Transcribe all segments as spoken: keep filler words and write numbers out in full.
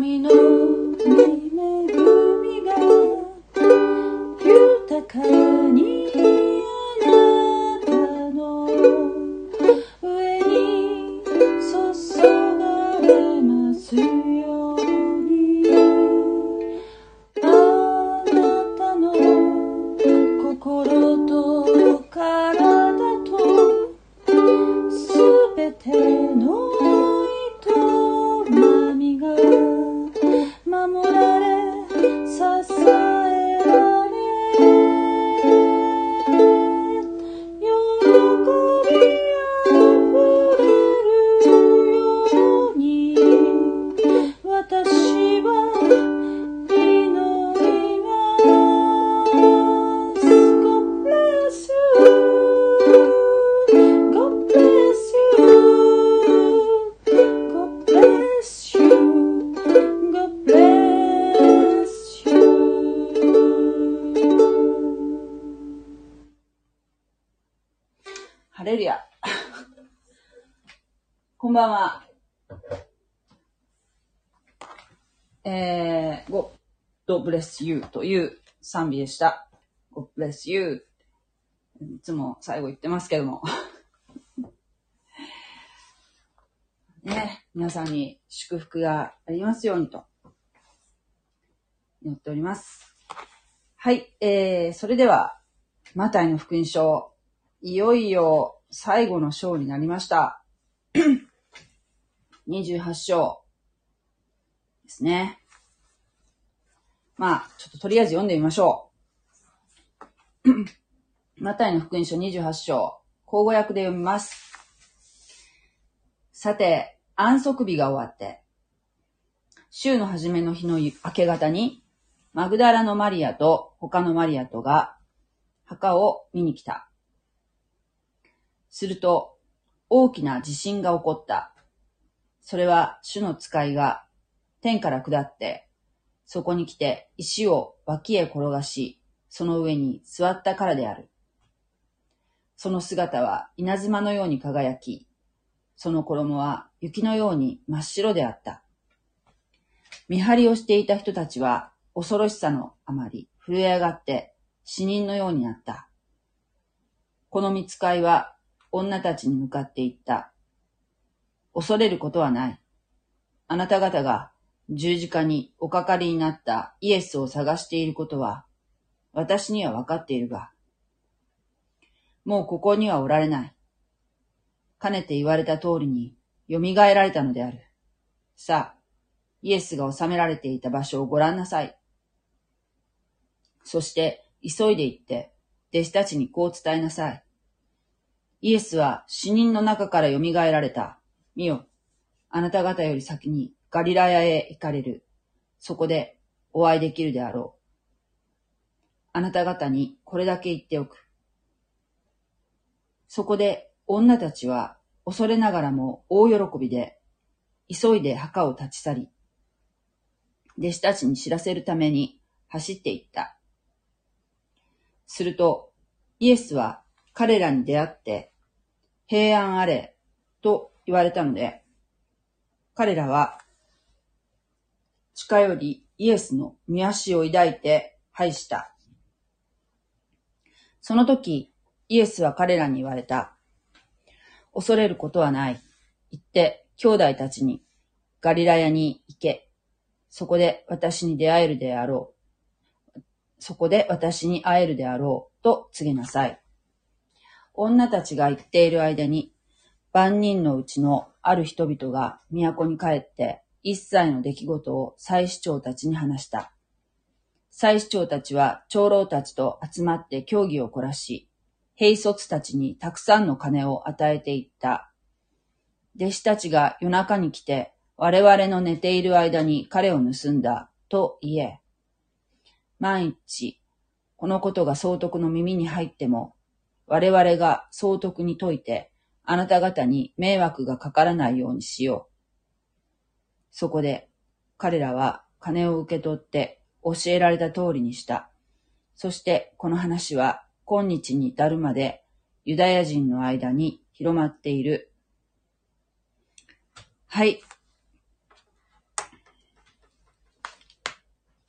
神の恵みが豊かにあなたの上に注がれますように。あなたの心と体とすべての営みが守られ支えられ喜びあふれるように私は祈ります。 God bless you God bless you God bless you God bless you。 ハレルヤ。こんばんは。えー、God bless you という賛美でした。God bless you。いつも最後言ってますけども。ね、皆さんに祝福がありますようにと祈っております。はい、えー、それではマタイの福音書、いよいよ最後の章になりました。にじゅうはち章ですね。まあちょっととりあえず読んでみましょう。マタイの福音書にじゅうはち章、口語訳で読みます。さて、安息日が終わって、週の初めの日の明け方に、マグダラのマリアと他のマリアとが墓を見に来た。すると、大きな地震が起こった。それは主の使いが天から下って、そこに来て石を脇へ転がし、その上に座ったからである。その姿は稲妻のように輝き、その衣は雪のように真っ白であった。見張りをしていた人たちは恐ろしさのあまり震え上がって死人のようになった。この御使いは女たちに向かって言った。恐れることはない。あなた方が十字架におかかりになったイエスを探していることは私には分かっているが、もうここにはおられない。かねて言われた通りに蘇られたのである。さあ、イエスが収められていた場所をご覧なさい。そして急いで行って弟子たちにこう伝えなさい。イエスは死人の中から蘇られた。見よ、あなた方より先にガリラヤへ行かれる。そこでお会いできるであろう。あなた方にこれだけ言っておく。そこで女たちは恐れながらも大喜びで、急いで墓を立ち去り、弟子たちに知らせるために走っていった。すると、イエスは彼らに出会って、平安あれと言われたので、彼らは近寄りイエスの御足を抱いて拝した。その時、イエスは彼らに言われた。恐れることはない。行って兄弟たちにガリラヤに行け。そこで私に出会えるであろう。そこで私に会えるであろうと告げなさい。女たちが言っている間に、万人のうちのある人々が都に帰って一切の出来事を祭司長たちに話した。祭司長たちは長老たちと集まって協議を凝らし、兵卒たちにたくさんの金を与えていった。弟子たちが夜中に来て、我々の寝ている間に彼を盗んだと言え。万一、このことが総督の耳に入っても、我々が総督に説いて、あなた方に迷惑がかからないようにしよう。そこで彼らは金を受け取って教えられた通りにした。そしてこの話は今日に至るまでユダヤ人の間に広まっている。はい。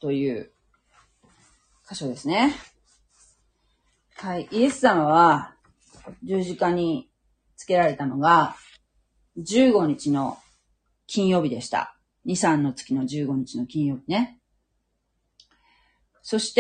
という箇所ですね。はい。イエス様は十字架につけられたのがじゅうごにちの金曜日でした。に、さんの月のじゅうごにちの金曜日ね。そして、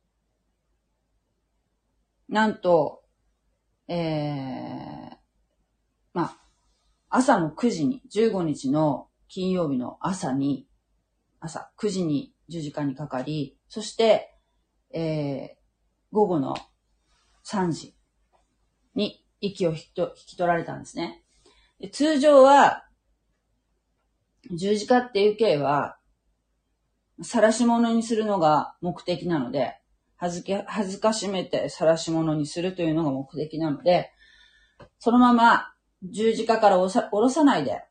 なんと、えー、まあ、朝のくじに、じゅうごにちの金曜日の朝に、朝くじに十字架にかかり、そして、えー、午後のさんじに息を引きと引き取られたんですね。で、通常は、十字架っていう刑は、晒し者にするのが目的なので、恥ずけ、恥ずかしめて晒し者にするというのが目的なので、そのまま十字架から下ろさないで、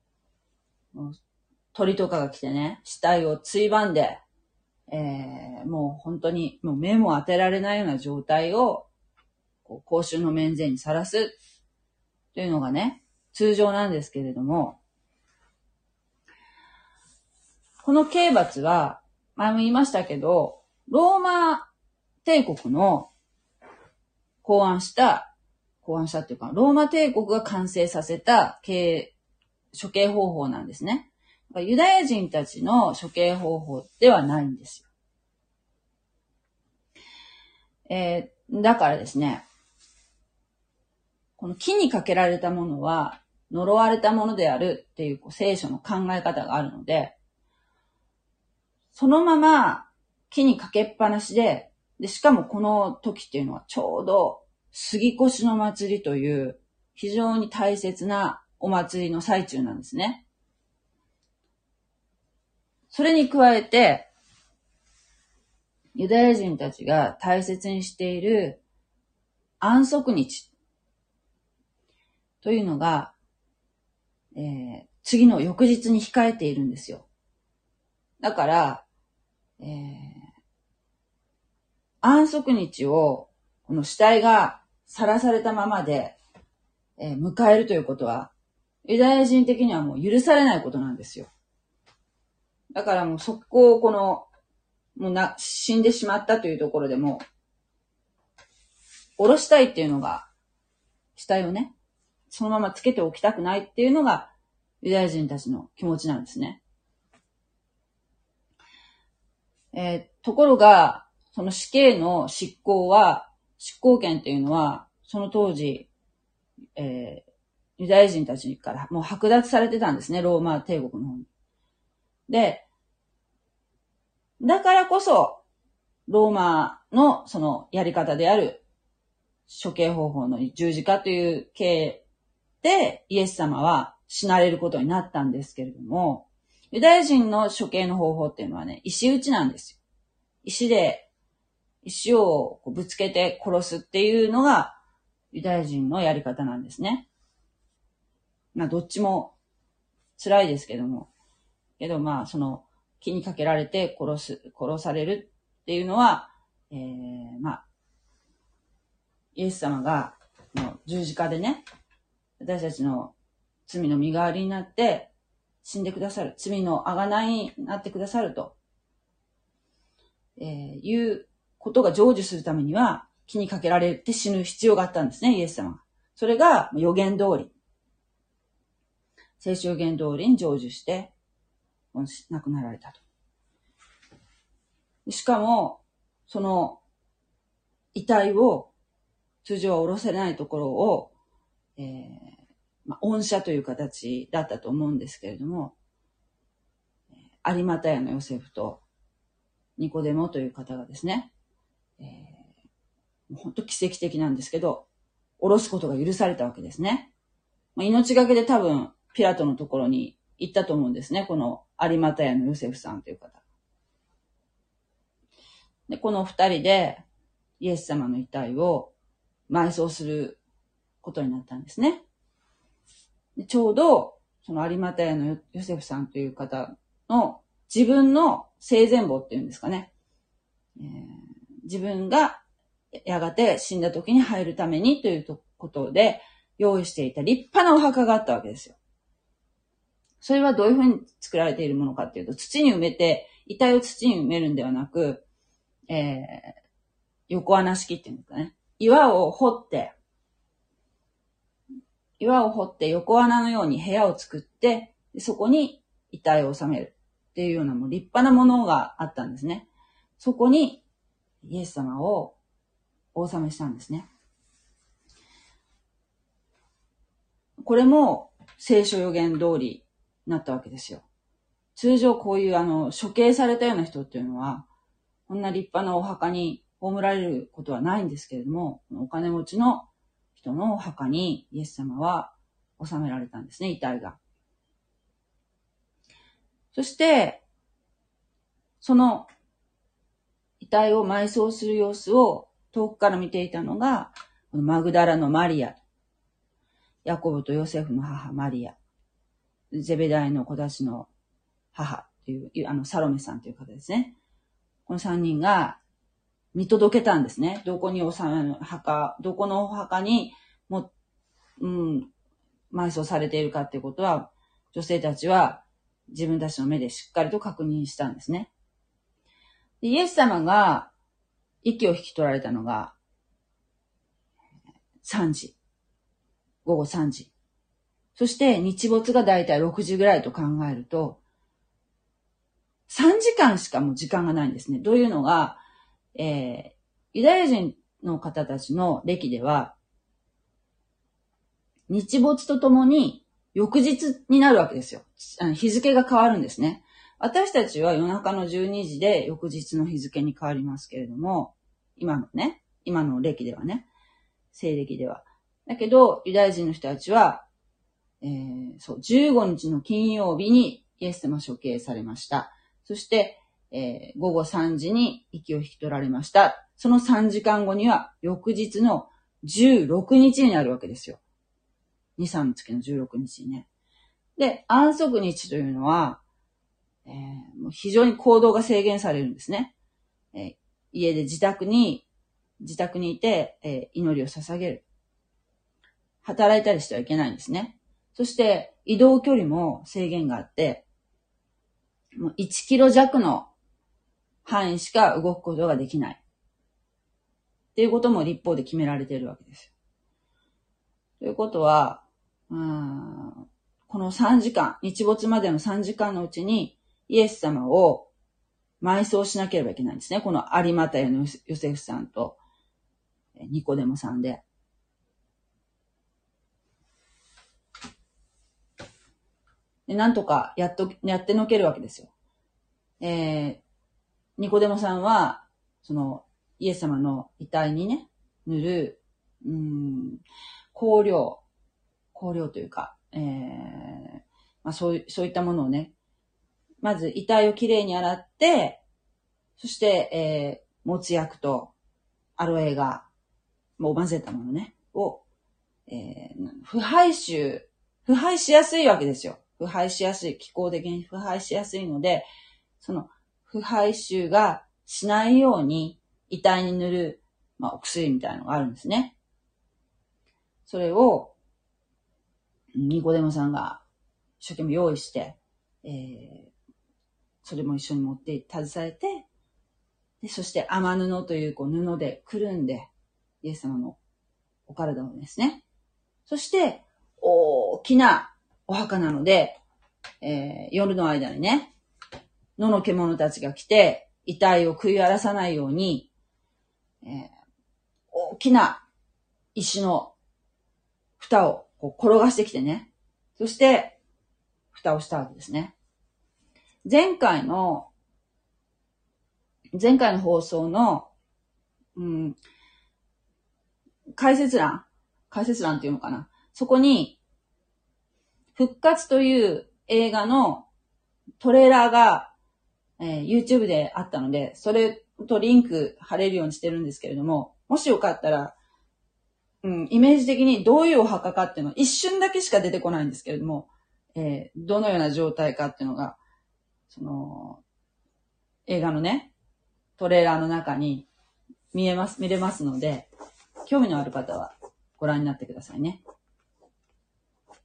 鳥とかが来てね、死体をついばんで、えー、もう本当にもう目も当てられないような状態を、こう公衆の面前にさらすというのがね、通常なんですけれども、この刑罰は、前も言いましたけど、ローマ帝国の考案した、考案したっていうか、ローマ帝国が完成させた刑、処刑方法なんですね。ユダヤ人たちの処刑方法ではないんですよ。えー、だからですね、この木にかけられたものは呪われたものであるっていう、こう聖書の考え方があるので、そのまま木にかけっぱなしで、で、しかもこの時っていうのはちょうど杉越の祭りという非常に大切なお祭りの最中なんですね。それに加えて、ユダヤ人たちが大切にしている安息日というのが、えー、次の翌日に控えているんですよ。だから、えー、安息日をこの死体が晒されたままで、えー、迎えるということは、ユダヤ人的にはもう許されないことなんですよ。だからもう速攻この、もうな、死んでしまったというところでも、下ろしたいっていうのが、死体をね、そのままつけておきたくないっていうのが、ユダヤ人たちの気持ちなんですね。えー、ところが、その死刑の執行は、執行権っていうのは、その当時、えー、ユダヤ人たちからもう剥奪されてたんですね、ローマ帝国の方に。で、だからこそ、ローマのそのやり方である処刑方法の十字架という刑でイエス様は死なれることになったんですけれども、ユダヤ人の処刑の方法っていうのはね、石打ちなんですよ。石で、石をぶつけて殺すっていうのがユダヤ人のやり方なんですね。まあどっちも辛いですけども、けどまあその木にかけられて殺す、殺されるっていうのは、えー、まあ、イエス様がもう十字架でね、私たちの罪の身代わりになって死んでくださる、罪の贖いになってくださると、えー、いうことが成就するためには木にかけられて死ぬ必要があったんですね、イエス様が。それが予言通り、聖書予言通りに成就して亡くなられたと。しかもその遺体を通常は下ろせないところを、えーまあ、恩赦という形だったと思うんですけれども、有馬屋のヨセフとニコデモという方がですね、えー、本当奇跡的なんですけど、下ろすことが許されたわけですね。まあ、命がけで多分ピラトのところに行ったと思うんですね、この有馬屋のヨセフさんという方。で、この二人でイエス様の遺体を埋葬することになったんですね。でちょうど、その有馬屋のヨセフさんという方の自分の生前墓っていうんですかね。えー、自分がやがて死んだ時に入るためにということで用意していた立派なお墓があったわけですよ。それはどういうふうに作られているものかっていうと、土に埋めて遺体を土に埋めるんではなく、えー、横穴式っていうんですかね。岩を掘って、岩を掘って横穴のように部屋を作って、そこに遺体を収めるっていうようなもう立派なものがあったんですね。そこにイエス様をお納めしたんですね。これも聖書予言通りになったわけですよ。通常こういうあの処刑されたような人っていうのは、こんな立派なお墓に葬られることはないんですけれども、お金持ちの人のお墓にイエス様は納められたんですね、遺体が。そして、その遺体を埋葬する様子を遠くから見ていたのが、マグダラのマリア、ヤコブとヨセフの母マリア、ゼベダイの子たちの母という、あの、サロメさんという方ですね。この三人が見届けたんですね。どこに収める墓、どこのお墓にも、うん、埋葬されているかっていうことは、女性たちは自分たちの目でしっかりと確認したんですね。でイエス様が息を引き取られたのがさんじ。午後さんじ。そして日没がだいたいろくじぐらいと考えると、さんじかんしかもう時間がないんですね。どういうのが、えー、ユダヤ人の方たちの歴では、日没とともに翌日になるわけですよ。日付が変わるんですね。私たちは夜中のじゅうにじで翌日の日付に変わりますけれども、今のね、今の歴ではね、西暦では。だけど、ユダヤ人の人たちは、えー、そう、じゅうごにちの金曜日にイエス様処刑されました。そして、えー、午後さんじに息を引き取られました。そのさんじかんごには、翌日のじゅうろくにちになるわけですよ。に、さんの月のじゅうろくにちにね。で、安息日というのは、えー、もう非常に行動が制限されるんですね。えー、家で自宅に、自宅にいて、えー、祈りを捧げる。働いたりしてはいけないんですね。そして移動距離も制限があって、もういちキロ弱の範囲しか動くことができない。っていうことも立法で決められているわけですよ。ということは、うーんこのさんじかん、日没までのさんじかんのうちにイエス様を埋葬しなければいけないんですね。この有馬太のヨセフさんとニコデモさんで。で、なんとかやっと、やってのけるわけですよ。えー、ニコデモさんは、その、イエス様の遺体にね、塗る、うーん、香料、香料というか、えー、まあそういう、そういったものをね、まず遺体をきれいに洗って、そして、えー、もつ薬とアロエが、もう混ぜたものね、を、えー、腐敗臭、腐敗しやすいわけですよ。腐敗しやすい、気候的に腐敗しやすいので、その腐敗臭がしないように遺体に塗る、まあ、お薬みたいなのがあるんですね。それを、ニコデモさんが一生懸命用意して、えー、それも一緒に持って携えて、でそして雨布というこう布でくるんで、イエス様のお体をですね。そして、大きなお墓なので、えー、夜の間にね、野の獣たちが来て、遺体を食い荒らさないように、えー、大きな石の蓋をこう転がしてきてね、そして、蓋をしたわけですね。前回の、前回の放送の、うん、解説欄、解説欄っていうのかな。そこに、復活という映画のトレーラーが、えー、YouTube であったので、それとリンク貼れるようにしてるんですけれども、もしよかったら、うん、イメージ的にどういうお墓かっていうのは一瞬だけしか出てこないんですけれども、えー、どのような状態かっていうのが、その、映画のね、トレーラーの中に見えます、見れますので、興味のある方はご覧になってくださいね。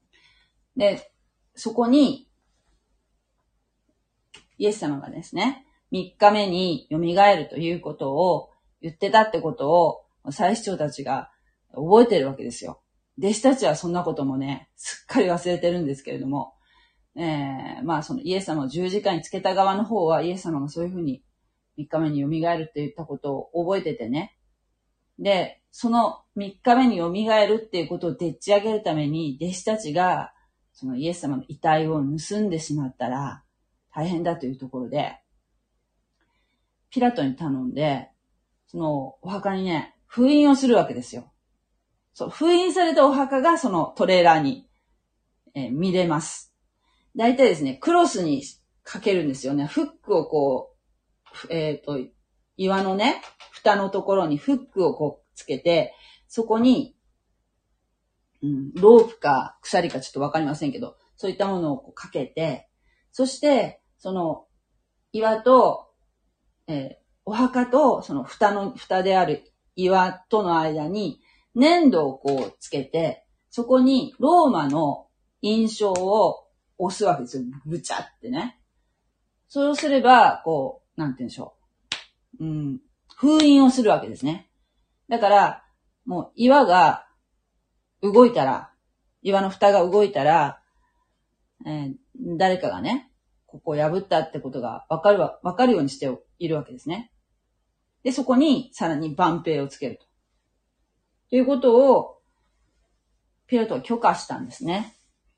で、そこに、イエス様がですね、 みっかめに蘇るということを言ってたってことを祭司長たちが覚えてるわけですよ。弟子たちはそんなこともね、すっかり忘れてるんですけれども、えー、まあそのイエス様を十字架につけた側の方はイエス様がそういうふうにみっかめに蘇るって言ったことを覚えててね。で、そのみっかめに蘇るっていうことをでっち上げるために弟子たちがそのイエス様の遺体を盗んでしまったら大変だというところで、ピラトに頼んで、そのお墓にね、封印をするわけですよ。そう、封印されたお墓がそのトレーラーに、えー、見れます。大体ですね、クロスにかけるんですよね。フックをこう、えっと、岩のね、蓋のところにフックをこうつけて、そこに、うん、ロープか鎖かちょっとわかりませんけど、そういったものをこうかけて、そして、その岩と、えー、お墓とその蓋の、蓋である岩との間に粘土をこうつけて、そこにローマの印章を押すわけですよ。ぐちゃってね。そうすれば、こう、なんて言うんでしょう。うん、封印をするわけですね。だから、もう岩が動いたら、岩の蓋が動いたら、えー、誰かがね、ここを破ったってことがわかるわ、わかるようにしているわけですね。で、そこにさらに万兵をつけると。ということを、ピラトは許可したんですね。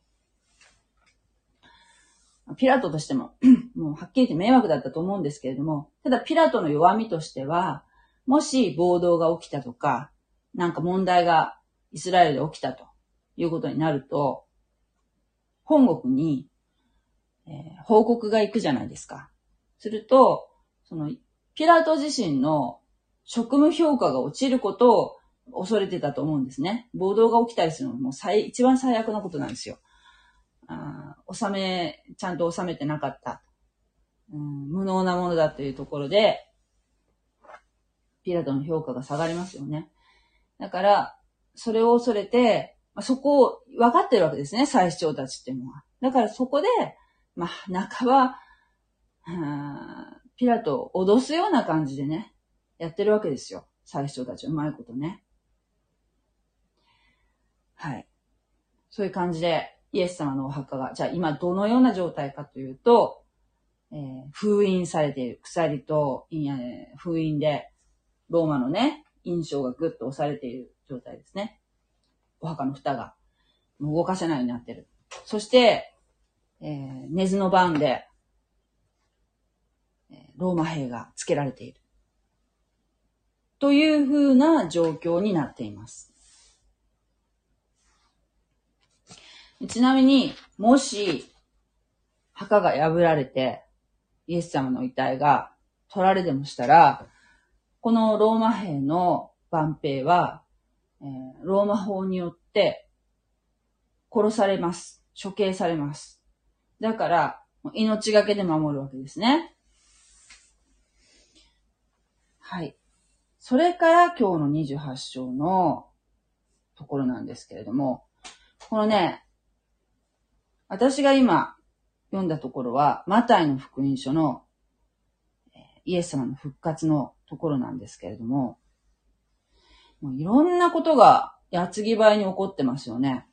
ピラトとしても、もうはっきり言って迷惑だったと思うんですけれども、ただピラトの弱みとしては、もし暴動が起きたとか、なんか問題がイスラエルで起きたということになると、本国に、えー、報告が行くじゃないですか。すると、その、ピラト自身の職務評価が落ちることを恐れてたと思うんですね。暴動が起きたりするのも最、一番最悪なことなんですよ。あ収め、ちゃんと収めてなかった、うん。無能なものだというところで、ピラトの評価が下がりますよね。だから、それを恐れて、まあ、そこを分かってるわけですね、祭司長たちっていうのは。だからそこで、まあ、半ば、ピラトを脅すような感じでね、やってるわけですよ。祭司長たちはうまいことね。はい。そういう感じで、イエス様のお墓が、じゃあ今どのような状態かというと、えー、封印されている。鎖と、えー、封印で、ローマのね、印象がぐっと押されている状態ですね。お墓の蓋が動かせないようになっている。そして、えー、根津の番で、ローマ兵がつけられている。というふうな状況になっています。ちなみに、もし、墓が破られて、イエス様の遺体が取られでもしたら、このローマ兵の番兵は、えー、ローマ法によって殺されます。処刑されます。だから、命がけで守るわけですね。はい。それから今日のにじゅうはち章のところなんですけれども、このね、私が今読んだところは、マタイの福音書のイエス様の復活のところなんですけれども、もういろんなことが矢継ぎ早に起こってますよね。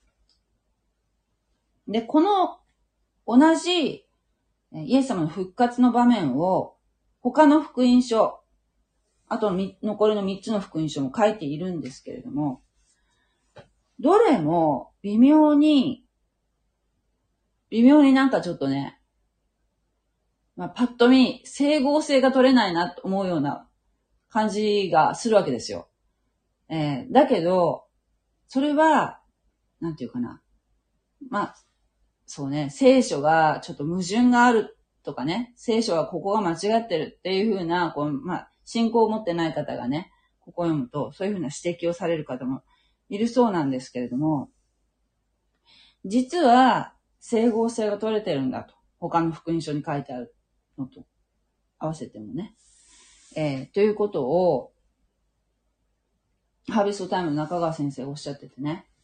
で、この同じイエス様の復活の場面を他の福音書、あと残りのみっつの福音書も書いているんですけれども、どれも微妙に、微妙になんかちょっとね、まあ、パッと見整合性が取れないなと思うような感じがするわけですよ。えー、だけど、それは、なんていうかな。まあ、そうね、聖書がちょっと矛盾があるとかね、聖書はここが間違ってるっていうふうな、こう、まあ、信仰を持ってない方がね、ここを読むと、そういうふうな指摘をされる方もいるそうなんですけれども、実は、整合性が取れてるんだと。他の福音書に書いてあるのと合わせてもね。えー、ということを、ハーベストタイムの中川先生がおっしゃっててね。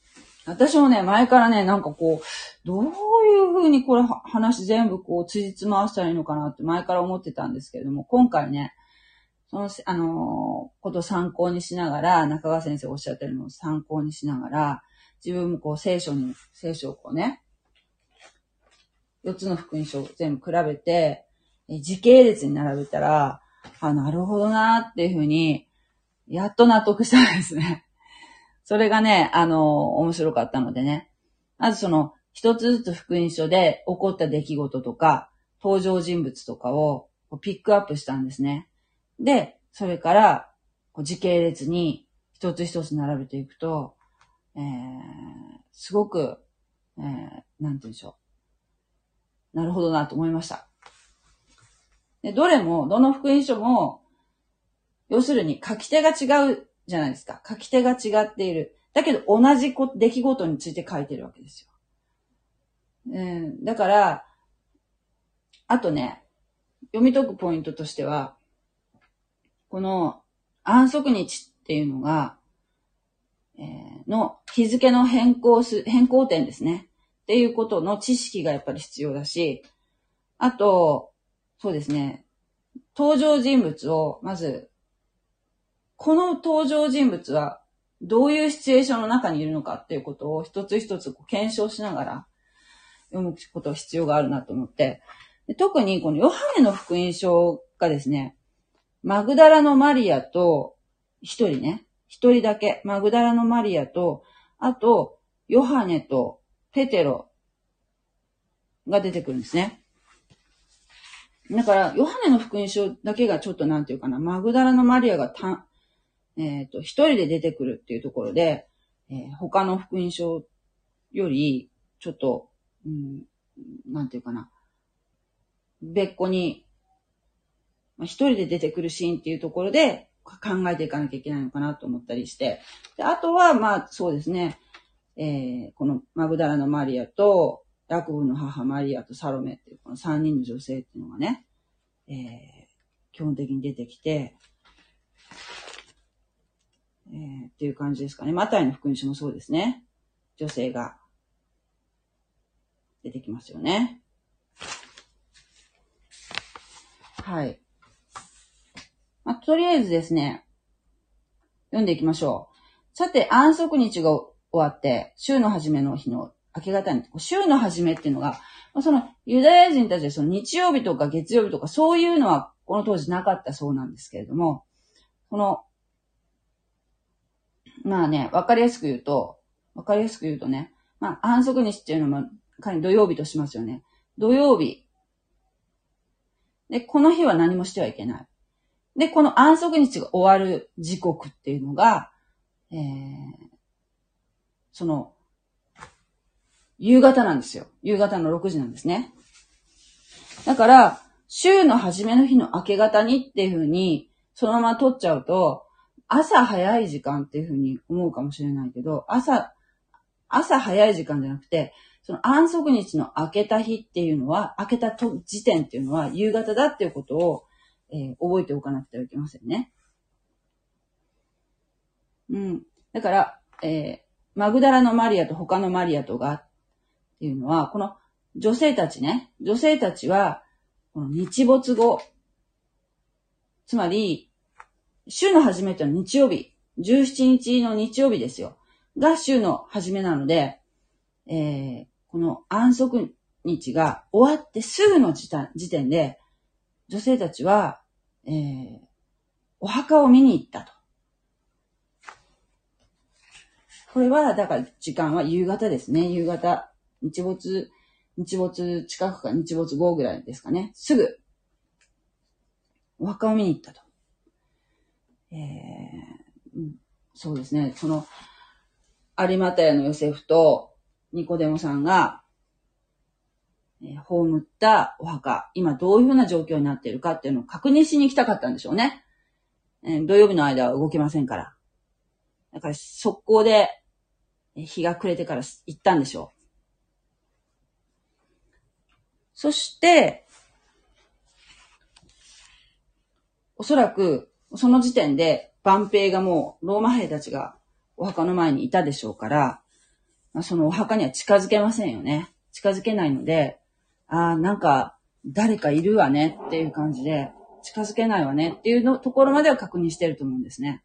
私もね、前からね、なんかこう、どういう風にこれ話全部こう、辻褄合わせたらいいのかなって前から思ってたんですけれども、今回ね、その、あのー、ことを参考にしながら、中川先生おっしゃってるのを参考にしながら、自分もこう、聖書に、聖書をこうね、よつの福音書を全部比べて、時系列に並べたら、あ、なるほどなっていう風に、やっと納得したんですね。それがね、あの、面白かったのでね。まずその、一つずつ福音書で起こった出来事とか、登場人物とかをピックアップしたんですね。で、それから、時系列に一つ一つ並べていくと、えー、すごく、えー、なんて言うんでしょう。なるほどなと思いました。で、どれも、どの福音書も、要するに書き手が違うじゃないですか。書き手が違っている。だけど同じ出来事について書いてるわけですよ。うん、だから、あとね、読み解くポイントとしては、この安息日っていうのが、えー、の日付の変更す、変更点ですね。っていうことの知識がやっぱり必要だし、あと、そうですね、登場人物を、まず、この登場人物はどういうシチュエーションの中にいるのかっていうことを一つ一つ検証しながら読むことが必要があるなと思って、で特にこのヨハネの福音書がですね、マグダラのマリアと一人ね、一人だけ、マグダラのマリアと、あとヨハネとペテロが出てくるんですね。だから、ヨハネの福音書だけがちょっとなんていうかな、マグダラのマリアがたえっと、一人で出てくるっていうところで、えー、他の福音書より、ちょっと、うん、なんていうかな、別個に、まあ、一人で出てくるシーンっていうところで考えていかなきゃいけないのかなと思ったりして、であとは、まあ、そうですね、えー、このマグダラのマリアと、ヤコブの母マリアとサロメっていうこの三人の女性っていうのがね、えー、基本的に出てきて、えー、っていう感じですかね。マタイの福音書もそうですね。女性が出てきますよね。はい。まあ、とりあえずですね、読んでいきましょう。さて、安息日が終わって、週の初めの日の明け方に、週の初めっていうのが、そのユダヤ人たちはその日曜日とか月曜日とかそういうのはこの当時なかったそうなんですけれども、このまあね、わかりやすく言うと、わかりやすく言うとね、まあ、安息日っていうのは、仮に土曜日としますよね。土曜日。で、この日は何もしてはいけない。で、この安息日が終わる時刻っていうのが、えー、その、夕方なんですよ。夕方のろくじなんですね。だから、週の初めの日の明け方にっていう風に、そのまま取っちゃうと、朝早い時間っていう風に思うかもしれないけど、朝、朝早い時間じゃなくて、その安息日の明けた日っていうのは、明けた時点っていうのは夕方だっていうことを、えー、覚えておかなくてはいけませんね。うん。だから、えー、マグダラのマリアと他のマリアとがっていうのは、この女性たちね、女性たちは、この日没後、つまり、週の初めってのは日曜日、じゅうしちにちの日曜日ですよ。が週の初めなので、えー、この安息日が終わってすぐの時点で、女性たちは、えー、お墓を見に行ったと。これは、だから時間は夕方ですね。夕方。日没、日没近くか日没後ぐらいですかね。すぐ、お墓を見に行ったと。えー、そうですね。その、有馬太のヨセフとニコデモさんが、えー、葬ったお墓、今どういうふうな状況になっているかっていうのを確認しに行きたかったんでしょうね。えー、土曜日の間は動けませんから。だから速攻で日が暮れてから行ったんでしょう。そして、おそらくその時点で万兵がもうローマ兵たちがお墓の前にいたでしょうから、 まあ、そのお墓には近づけませんよね。近づけないので、ああ、なんか誰かいるわねっていう感じで、近づけないわねっていうのところまでは確認してると思うんですね。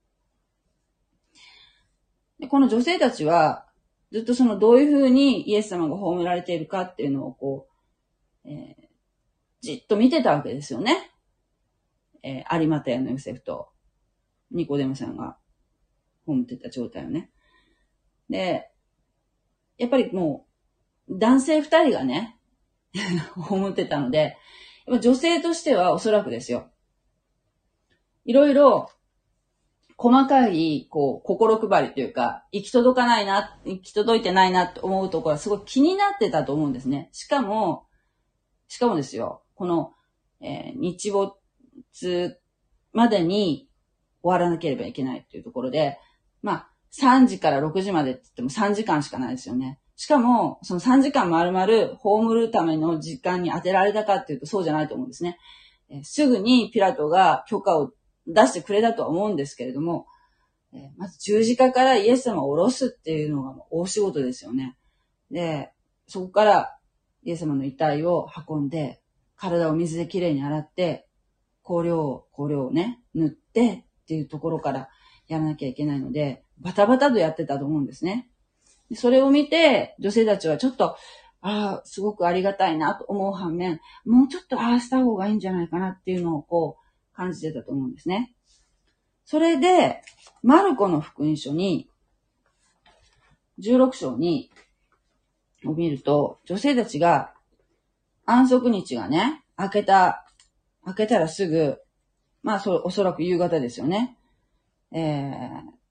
でこの女性たちは、ずっとそのどういうふうにイエス様が葬られているかっていうのをこう、えー、じっと見てたわけですよね。えー、有馬太のヨセフとニコデモさんが葬ってた状態をね。で、やっぱりもう男性二人がね、葬ってたので、やっぱ女性としてはおそらくですよ。いろいろ細かい、こう、心配りというか、行き届かないな、行き届いてないなと思うところはすごい気になってたと思うんですね。しかも、しかもですよ、この、えー、日没までに終わらなければいけないっていうところで、まあ、さんじからろくじまでって言ってもさんじかんしかないですよね。しかも、そのさんじかん丸々葬るための時間に当てられたかっていうとそうじゃないと思うんですね。えー、すぐにピラトが許可を出してくれたとは思うんですけれども、えー、まず十字架からイエス様を下ろすっていうのが大仕事ですよね。で、そこからイエス様の遺体を運んで、体を水できれいに洗って、香料を、香料をね、塗ってっていうところからやらなきゃいけないので、バタバタとやってたと思うんですね。それを見て、女性たちはちょっと、ああ、すごくありがたいなと思う反面、もうちょっとああした方がいいんじゃないかなっていうのをこう感じてたと思うんですね。それで、マルコの福音書に、じゅうろく章に、を見ると、女性たちが安息日がね、明けた、明けたらすぐ、まあそれおそらく夕方ですよね。えー、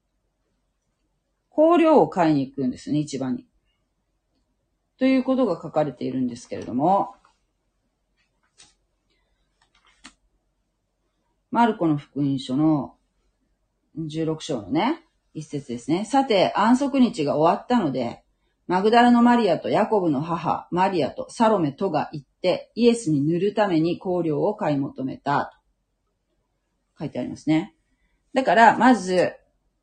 香料を買いに行くんですね、市場に。ということが書かれているんですけれども、マルコの福音書のじゅうろく章のね、一節ですね。さて、安息日が終わったので、マグダラのマリアとヤコブの母、マリアとサロメとが行って、イエスに塗るために香料を買い求めた。と書いてありますね。だから、まず、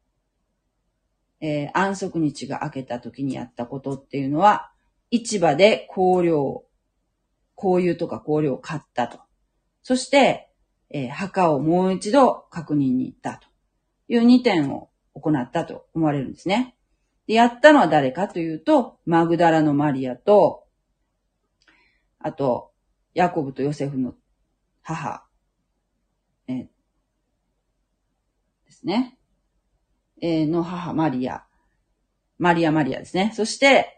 えー、安息日が明けた時にやったことっていうのは、市場で香料、香油とか香料を買ったと。そして、えー、墓をもう一度確認に行ったというにてんを行ったと思われるんですね。で、やったのは誰かというと、マグダラのマリアと、あと、ヤコブとヨセフの母、えー、ですね。えー、の母マリア、マリアマリアですね。そして、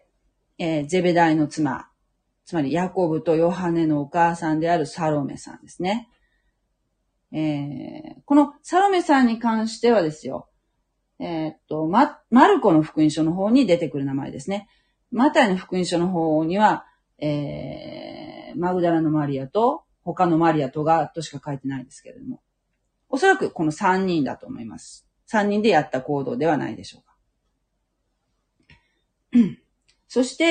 えー、ゼベダイの妻、つまりヤコブとヨハネのお母さんであるサロメさんですね。えー、このサロメさんに関してはですよ、えー、っと、マ、マルコの福音書の方に出てくる名前ですね。マタイの福音書の方には、えー、マグダラのマリアと他のマリアとがとしか書いてないんですけれども、おそらくこのさんにんだと思います。さんにんでやった行動ではないでしょうか。そして、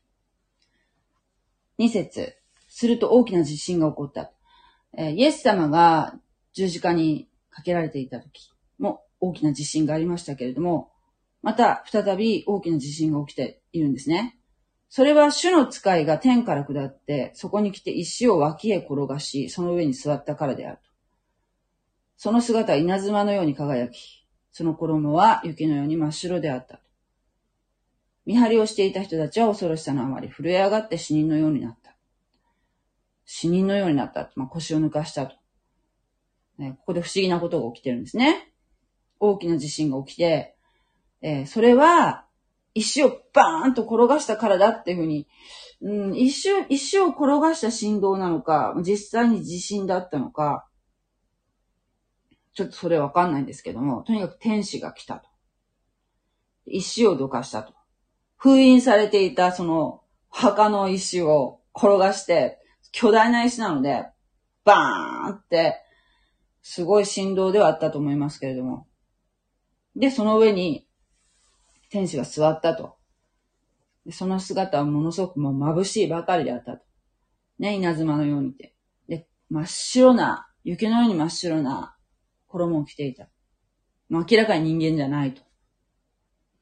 に節。すると大きな地震が起こった。えー、イエス様が十字架にかけられていた時も大きな地震がありましたけれども、また再び大きな地震が起きているんですね。それは主の使いが天から下って、そこに来て石を脇へ転がし、その上に座ったからであると。その姿は稲妻のように輝き、その衣は雪のように真っ白であったと。見張りをしていた人たちは恐ろしさのあまり震え上がって死人のようになった。死人のようになった。まあ、腰を抜かしたと、ね。ここで不思議なことが起きてるんですね。大きな地震が起きて、えー、それは石をバーンと転がしたからだっていうふうに、うん、石を、石を転がした振動なのか、実際に地震だったのか、ちょっとそれわかんないんですけども、とにかく天使が来たと。石をどかしたと。封印されていたその墓の石を転がして、巨大な石なので、バーンって、すごい振動ではあったと思いますけれども。で、その上に天使が座ったと。でその姿はものすごくもう眩しいばかりであったと。ね、稲妻のようにて。で、真っ白な、雪のように真っ白な衣を着ていた。もう明らかに人間じゃないと。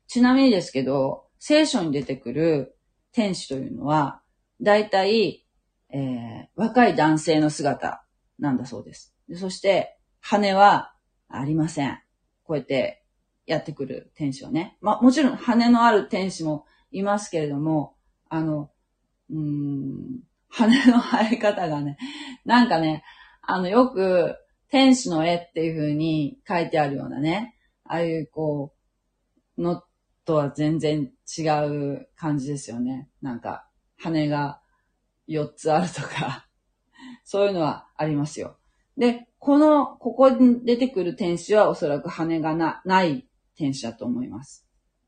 ちなみにですけど、聖書に出てくる天使というのは、だいたい、えー、若い男性の姿なんだそうです。でそして、羽はありません。こうやってやってくる天使はね。まあもちろん羽のある天使もいますけれども、あの、うーん、羽の生え方がね、なんかね、あの、よく天使の絵っていう風に書いてあるようなね、ああいうこう、のとは全然違う感じですよね。なんか、羽がよっつあるとか、そういうのはありますよ。で、この、ここに出てくる天使はおそらく羽がな、ない天使だと思います。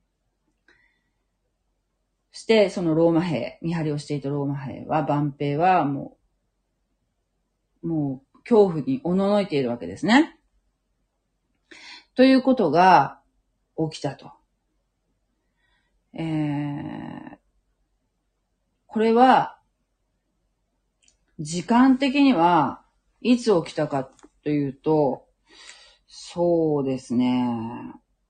そして、そのローマ兵、見張りをしていたローマ兵は、万兵はもう、もう、恐怖におののいているわけですね。ということが起きたと。えー、これは、時間的にはいつ起きたかというと、そうですね。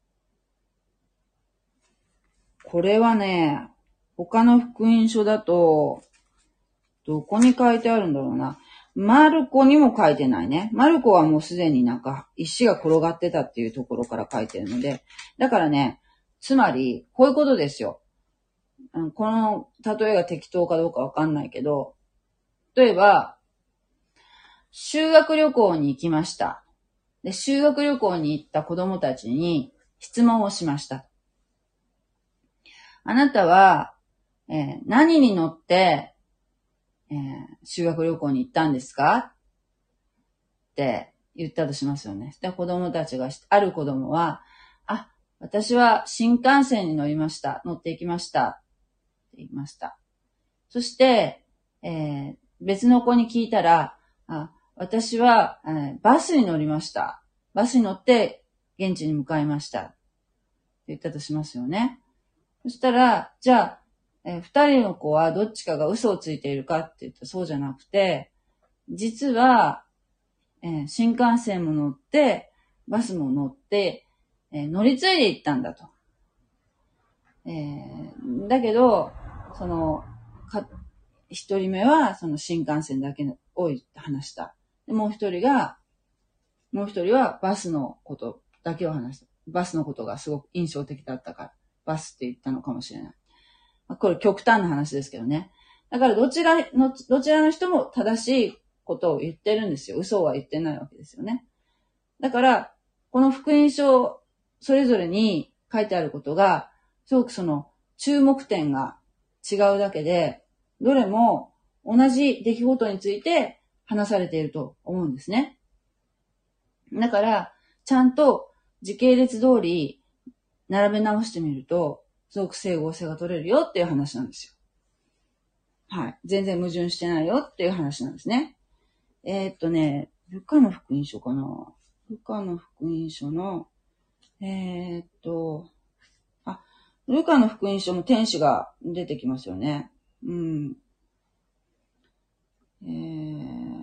これはね、他の福音書だと、どこに書いてあるんだろうな。マルコにも書いてないね。マルコはもうすでになんか石が転がってたっていうところから書いてるので。だからね、つまり、こういうことですよ。この例えが適当かどうかわかんないけど、例えば、修学旅行に行きました。で、修学旅行に行った子供たちに質問をしました。あなたは、えー、何に乗って、えー、修学旅行に行ったんですかって言ったとしますよね。で、子供たちが、ある子供は、あ、私は新幹線に乗りました。乗って行きました。って言いました。そして、えー、別の子に聞いたら、あ、私は、えー、バスに乗りました。バスに乗って現地に向かいました。って言ったとしますよね。そしたら、じゃあ、えー、二人の子はどっちかが嘘をついているかって言ったらそうじゃなくて、実は、えー、新幹線も乗って、バスも乗って、えー、乗り継いで行ったんだと。えー、だけど、その、か、一人目はその新幹線だけを話した。で、もう一人が、もう一人はバスのことだけを話した。バスのことがすごく印象的だったから、バスって言ったのかもしれない。これ極端な話ですけどね。だからどちらの、どちらの人も正しいことを言ってるんですよ。嘘は言ってないわけですよね。だから、この福音書それぞれに書いてあることが、すごくその注目点が違うだけで、どれも同じ出来事について話されていると思うんですね。だから、ちゃんと時系列通り並べ直してみると、すごく整合性が取れるよっていう話なんですよ。はい。全然矛盾してないよっていう話なんですね。えー、っとね、ルカの福音書かな。ルカの福音書の、えー、っと、あ、ルカの福音書も天使が出てきますよね。うん。えー、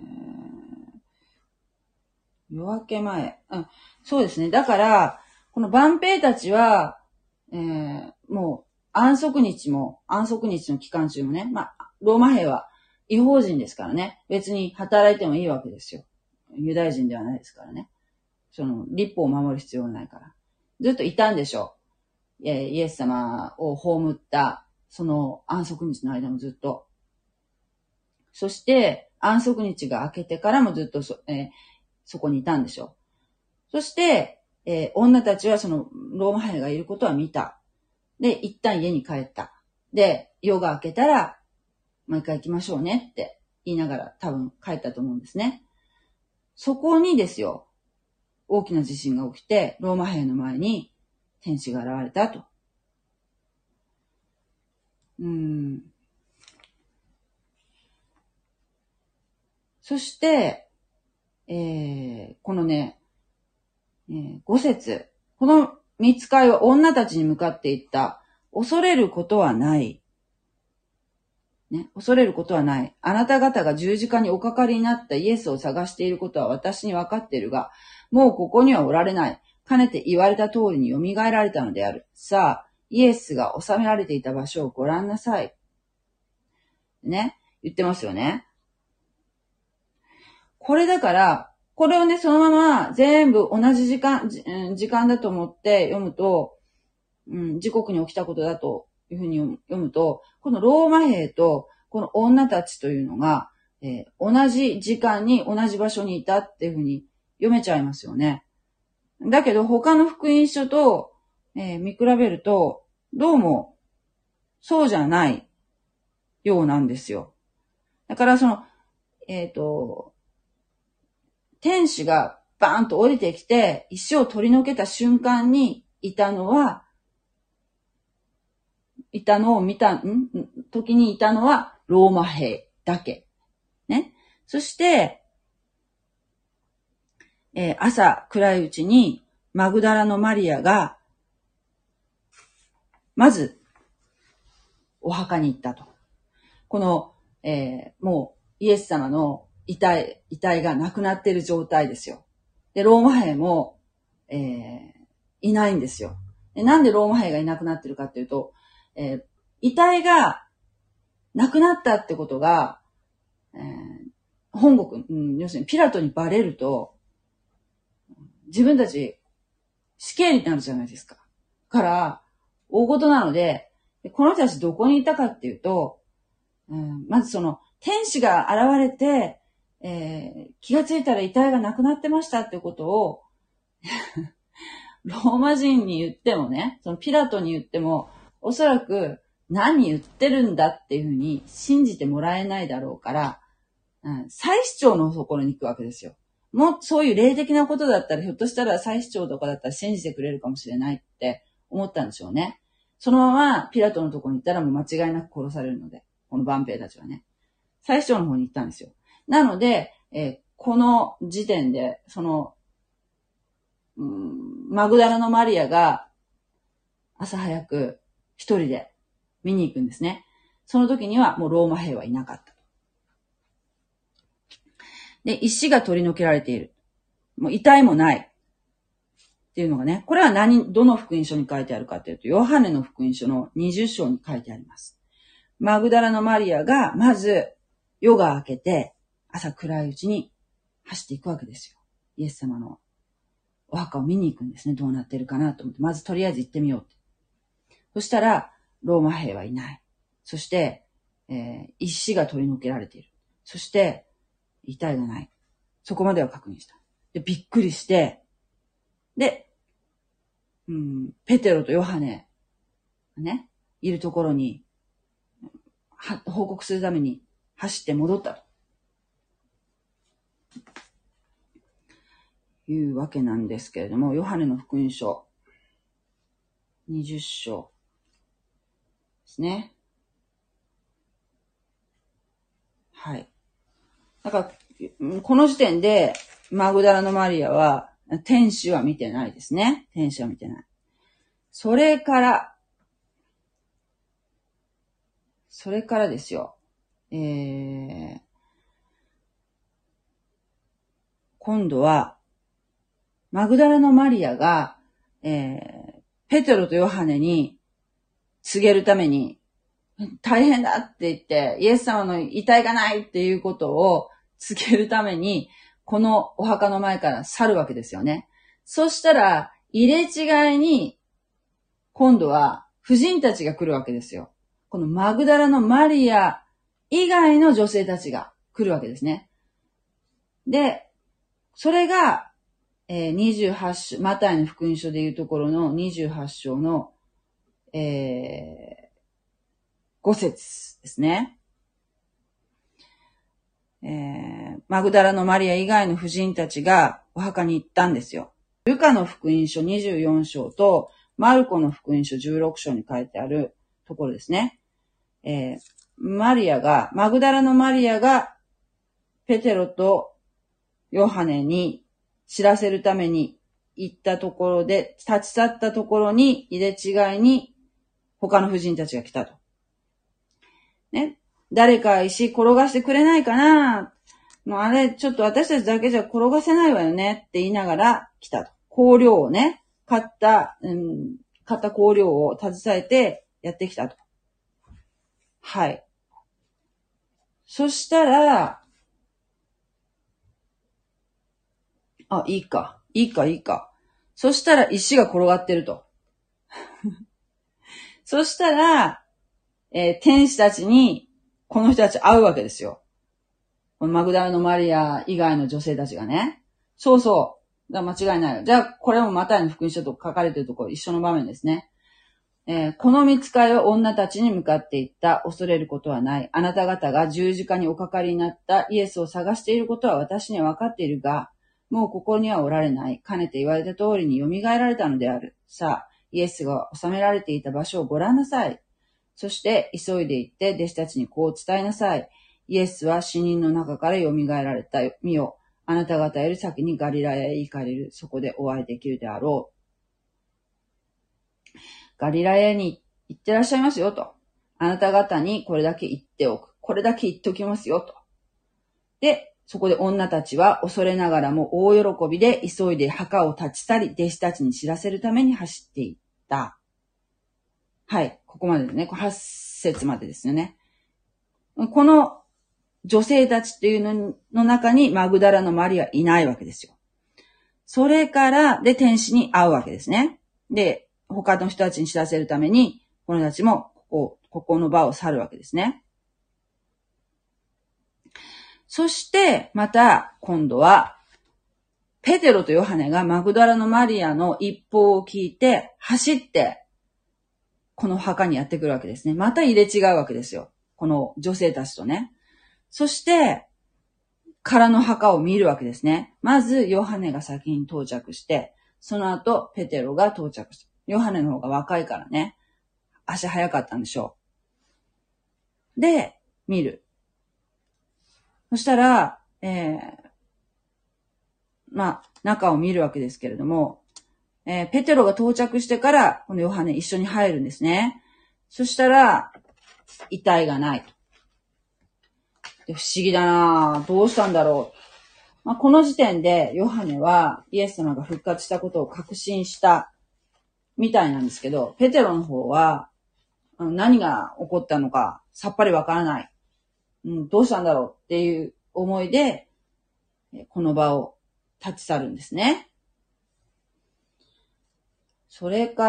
夜明け前。うん、そうですね。だから、この万兵たちは、えー、もう安息日も、安息日の期間中もね、まあ、ローマ兵は違法人ですからね、別に働いてもいいわけですよ。ユダヤ人ではないですからね。その、立法を守る必要がないから。ずっといたんでしょう。イエス様を葬った、その安息日の間もずっと。そして、安息日が明けてからもずっと そ,、えー、そこにいたんでしょう。そして、えー、女たちはそのローマ兵がいることは見た。で、一旦家に帰った。で、夜が明けたら、もう一回行きましょうねって言いながら多分帰ったと思うんですね。そこにですよ、大きな地震が起きて、ローマ兵の前に天使が現れたと。うーん。そして、えー、このね、えー、ご節。この御使いは女たちに向かって言った。恐れることはない。ね、恐れることはない。あなた方が十字架におかかりになったイエスを探していることは私に分かっているが、もうここにはおられない。かねて言われた通りに蘇られたのである。さあ、 イエスが収められていた場所をご覧なさい。ね、言ってますよね。これだから、これをね、そのまま全部同じ時間、時間だと思って読むと、うん、時刻に起きたことだというふうに読むと、このローマ兵とこの女たちというのが、えー、同じ時間に同じ場所にいたっていうふうに読めちゃいますよね。だけど他の福音書と、えー、見比べると、どうもそうじゃないようなんですよ。だからその、えっと、天使がバーンと降りてきて石を取り除けた瞬間にいたのは、いたのを見た、ん時にいたのはローマ兵だけ。ね。そして、えー、朝暗いうちにマグダラのマリアが、まず、お墓に行ったと。この、えー、もうイエス様の遺体、遺体がなくなっている状態ですよ。で、ローマ兵も、えー、いないんですよ。で、なんでローマ兵がいなくなってるかっていうと、えー、遺体がなくなったってことが、えー、本国、うん、要するにピラトにバレると、自分たち死刑になるじゃないですか。から、大事なので、この人たちどこにいたかっていうと、うん、まずその、天使が現れて、えー、気がついたら遺体がなくなってましたっていうことを、ローマ人に言ってもね、そのピラトに言っても、おそらく何言ってるんだっていうふうに信じてもらえないだろうから、うん、祭司長のところに行くわけですよ。もうそういう霊的なことだったら、ひょっとしたら祭司長とかだったら信じてくれるかもしれないって思ったんでしょうね。そのままピラトのところに行ったらもう間違いなく殺されるので、この万兵たちはね。祭司長の方に行ったんですよ。なので、えー、この時点で、その、うん、マグダラのマリアが朝早く一人で見に行くんですね。その時にはもうローマ兵はいなかった。で、石が取り除けられている。もう遺体もない。っていうのがね、これは何、どの福音書に書いてあるかというと、ヨハネの福音書のにじゅう章に書いてあります。マグダラのマリアが、まず、夜が明けて、朝暗いうちに走っていくわけですよ。イエス様のお墓を見に行くんですね。どうなってるかなと思って、まずとりあえず行ってみようって。そしたら、ローマ兵はいない。そして、えー、石が取り除けられている。そして、遺体がない。そこまでは確認した。で、びっくりして、で、うん、ペテロとヨハネがね、いるところに、報告するために走って戻ったと。いうわけなんですけれども、ヨハネの福音書、にじゅう章ですね。はい。だから、この時点で、マグダラのマリアは、天使は見てないですね。天使は見てない。それから、それからですよ。えー、今度は、マグダラのマリアが、えー、ペテロとヨハネに告げるために、大変だって言って、イエス様の遺体がないっていうことを告げるために、このお墓の前から去るわけですよね。そしたら、入れ違いに、今度は婦人たちが来るわけですよ。このマグダラのマリア以外の女性たちが来るわけですね。で、それが、えー、にじゅうはち章、マタイの福音書でいうところのにじゅうはち章の、えー、ご節ですね。えー、マグダラのマリア以外の婦人たちがお墓に行ったんですよ。ルカの福音書にじゅうよん章とマルコの福音書じゅうろく章に書いてあるところですね。えー、マリアが、マグダラのマリアがペテロとヨハネに知らせるために行ったところで、立ち去ったところに入れ違いに他の婦人たちが来たと。ね。誰か石転がしてくれないかな？もうあれ、ちょっと私たちだけじゃ転がせないわよねって言いながら来たと。香料をね、買った、うん、 買った香料を携えてやってきたと。はい。そしたら、あ、いいか。いいか、いいか。そしたら石が転がってると。そしたら、えー、天使たちに、この人たち会うわけですよ。このマグダラのマリア以外の女性たちがね。そうそう。だから間違いないよ。じゃあ、これもマタイの福音書と書かれているところ一緒の場面ですね。えー、この御使いは女たちに向かっていった。恐れることはない。あなた方が十字架におかかりになったイエスを探していることは私には分かっているが、もうここにはおられない。かねて言われた通りに蘇られたのである。さあ、イエスが収められていた場所をご覧なさい。そして急いで行って弟子たちにこう伝えなさい。イエスは死人の中から蘇られた。見よ。あなた方より先にガリラヤへ行かれる。そこでお会いできるであろう。ガリラヤに行ってらっしゃいますよと。あなた方にこれだけ言っておく。これだけ言っておきますよと。で、そこで女たちは恐れながらも大喜びで急いで墓を立ち去り、弟子たちに知らせるために走っていった。はい。ここまでですね。はち節までですよね。この女性たちというのの中にマグダラのマリアいないわけですよ。それから、で、天使に会うわけですね。で、他の人たちに知らせるために、この人たちも、ここ、ここの場を去るわけですね。そして、また、今度は、ペテロとヨハネがマグダラのマリアの一報を聞いて、走って、この墓にやってくるわけですね。また入れ違うわけですよ。この女性たちとね。そして、空の墓を見るわけですね。まず、ヨハネが先に到着して、その後、ペテロが到着した。ヨハネの方が若いからね。足早かったんでしょう。で、見る。そしたら、えー、まあ、中を見るわけですけれども、えー、ペテロが到着してから、このヨハネ一緒に入るんですね。そしたら、遺体がない。で不思議だなぁ。どうしたんだろう。まあ、この時点で、ヨハネはイエス様が復活したことを確信したみたいなんですけど、ペテロの方は、何が起こったのかさっぱりわからない。うん、どうしたんだろうっていう思いで、この場を立ち去るんですね。それから、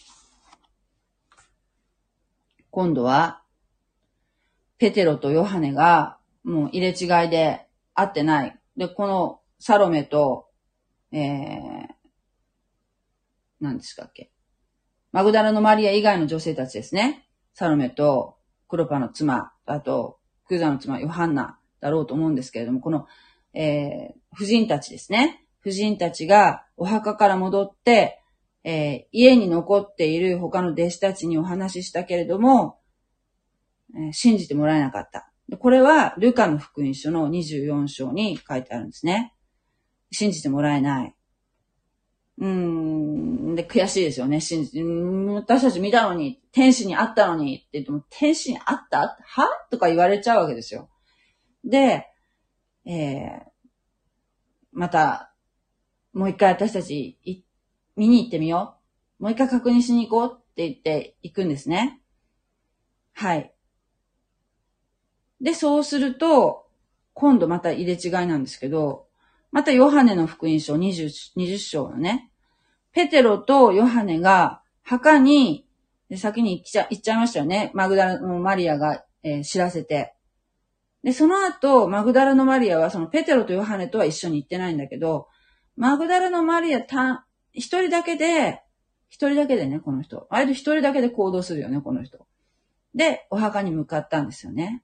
今度は、ペテロとヨハネが、もう入れ違いで会ってない。で、このサロメと、えー、何ですかっけ。マグダラのマリア以外の女性たちですね。サロメとクロパの妻、あと、クーザの妻、ヨハンナだろうと思うんですけれども、この、えー、婦人たちですね。婦人たちがお墓から戻って、えー、家に残っている他の弟子たちにお話ししたけれども、えー、信じてもらえなかった。これはルカの福音書のにじゅうよん章に書いてあるんですね。信じてもらえない。うーん、で、悔しいですよね。信じて、私たち見たのに、天使に会ったのにって言っても、天使に会ったはとか言われちゃうわけですよ。で、えー、また、もう一回私たち見に行ってみよう。もう一回確認しに行こうって言って行くんですね。はい。で、そうすると、今度また入れ違いなんですけど、またヨハネの福音書にじゅう、にじゅう章のね、ペテロとヨハネが墓に先に行っちゃ、行っちゃいましたよね。マグダラのマリアが、えー、知らせて。で、その後、マグダラのマリアはそのペテロとヨハネとは一緒に行ってないんだけど、マグダラのマリアた、一人だけで、一人だけでね、この人。割と一人だけで行動するよね、この人。で、お墓に向かったんですよね。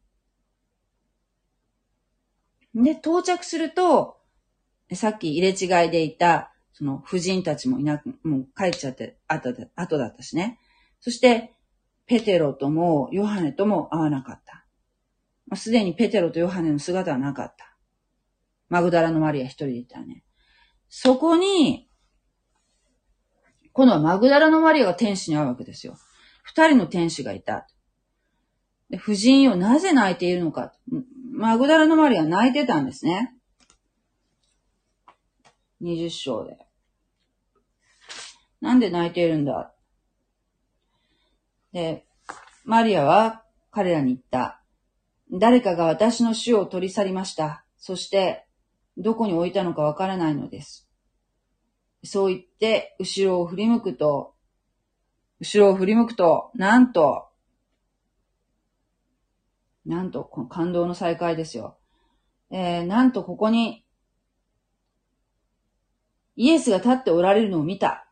で、到着すると、さっき入れ違いでいた、その婦人たちもいなく、もう帰っちゃって、後だ後だったしね。そして、ペテロともヨハネとも会わなかった。まあ、すでにペテロとヨハネの姿はなかった。マグダラのマリア一人で行ったらね。そこに、今度はマグダラのマリアが天使に会うわけですよ。二人の天使がいた。で、婦人よ、なぜ泣いているのか。マグダラのマリアは泣いてたんですね。にじゅう章で。なんで泣いているんだ。 で、マリアは彼らに言った。誰かが私の主を取り去りました。そして、どこに置いたのかわからないのです。そう言って、後ろを振り向くと、後ろを振り向くと、なんと、なんと、この感動の再会ですよ。えー、なんとここに、イエスが立っておられるのを見た。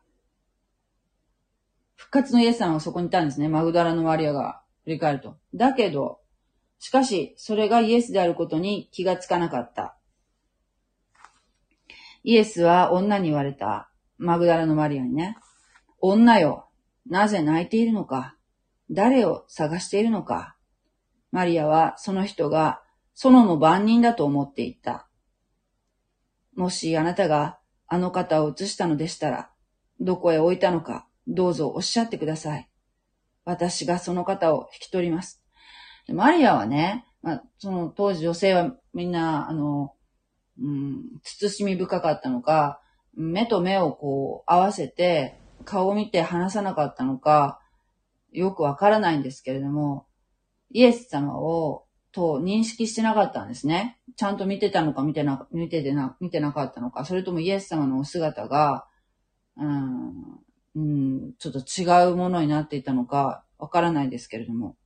復活のイエス様がそこにいたんですね。マグダラのマリアが振り返ると。だけど、しかし、それがイエスであることに気がつかなかった。イエスは女に言われた。マグダラのマリアにね。女よ、なぜ泣いているのか。誰を探しているのか。マリアはその人が園の番人だと思っていた。もしあなたがあの方を移したのでしたら、どこへ置いたのか、どうぞおっしゃってください。私がその方を引き取ります。マリアはね、まあ、その当時女性はみんな、あの、うん、慎み深かったのか、目と目をこう合わせて、顔を見て話さなかったのか、よくわからないんですけれども、イエス様を、と認識してなかったんですね。ちゃんと見てたのか見てな、見ててな、見てなかったのか、それともイエス様のお姿が、うん、うん、ちょっと違うものになっていたのか、わからないですけれども。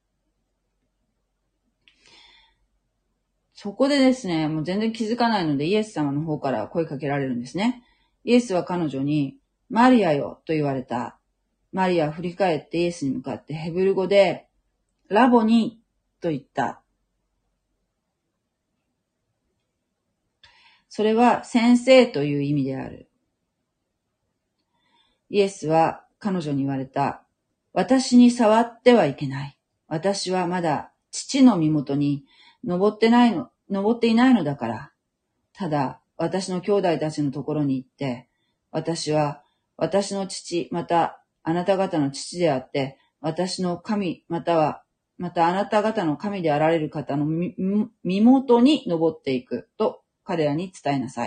そこでですね、もう全然気づかないのでイエス様の方から声かけられるんですね。イエスは彼女に、マリアよと言われた。マリアは振り返ってイエスに向かってヘブル語で、ラボニと言った。それは先生という意味である。イエスは彼女に言われた。私に触ってはいけない。私はまだ父の身元に登ってないの、登っていないのだから。ただ、私の兄弟たちのところに行って、私は私の父、またあなた方の父であって、私の神、または、またあなた方の神であられる方の身元に登っていくと彼らに伝えなさい。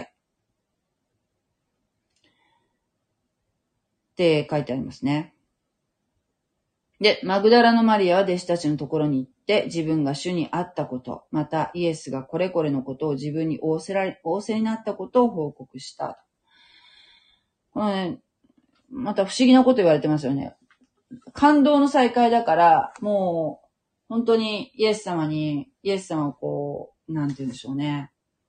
って書いてありますね。で、マグダラのマリアは弟子たちのところに行って、自分が主に会ったこと、またイエスがこれこれのことを自分に仰せられ、仰せになったことを報告した。このね、また不思議なこと言われてますよね。感動の再会だから、もう、本当にイエス様に、イエス様をこう、なんて言うんでしょうね。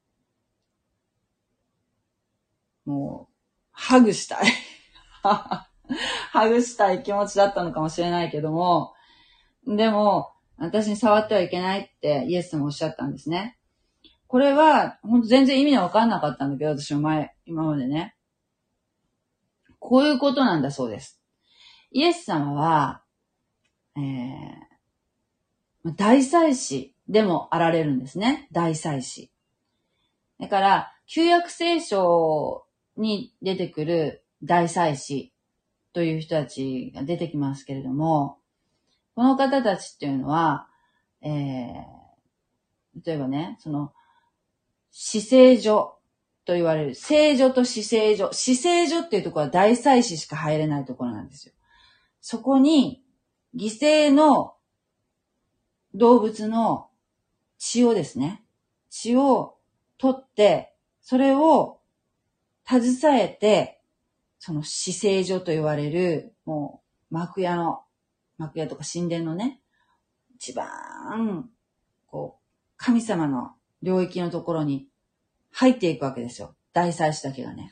もう、ハグしたい。ハグしたい気持ちだったのかもしれないけども、でも、私に触ってはいけないってイエス様おっしゃったんですね。これは、本当全然意味は分かんなかったんだけど、私も前、今までね。こういうことなんだそうです。イエス様は、えー、大祭司でもあられるんですね。大祭司。だから、旧約聖書に出てくる大祭司という人たちが出てきますけれども、この方たちっていうのは、えー、例えばね、その、至聖所と言われる、聖所と至聖所。至聖所っていうところは大祭司しか入れないところなんですよ。そこに、犠牲の動物の血をですね、血を取って、それを携えて、その至聖所と言われる、もう、幕屋の、幕屋とか神殿のね、一番、こう、神様の領域のところに入っていくわけですよ。大祭司だけがね。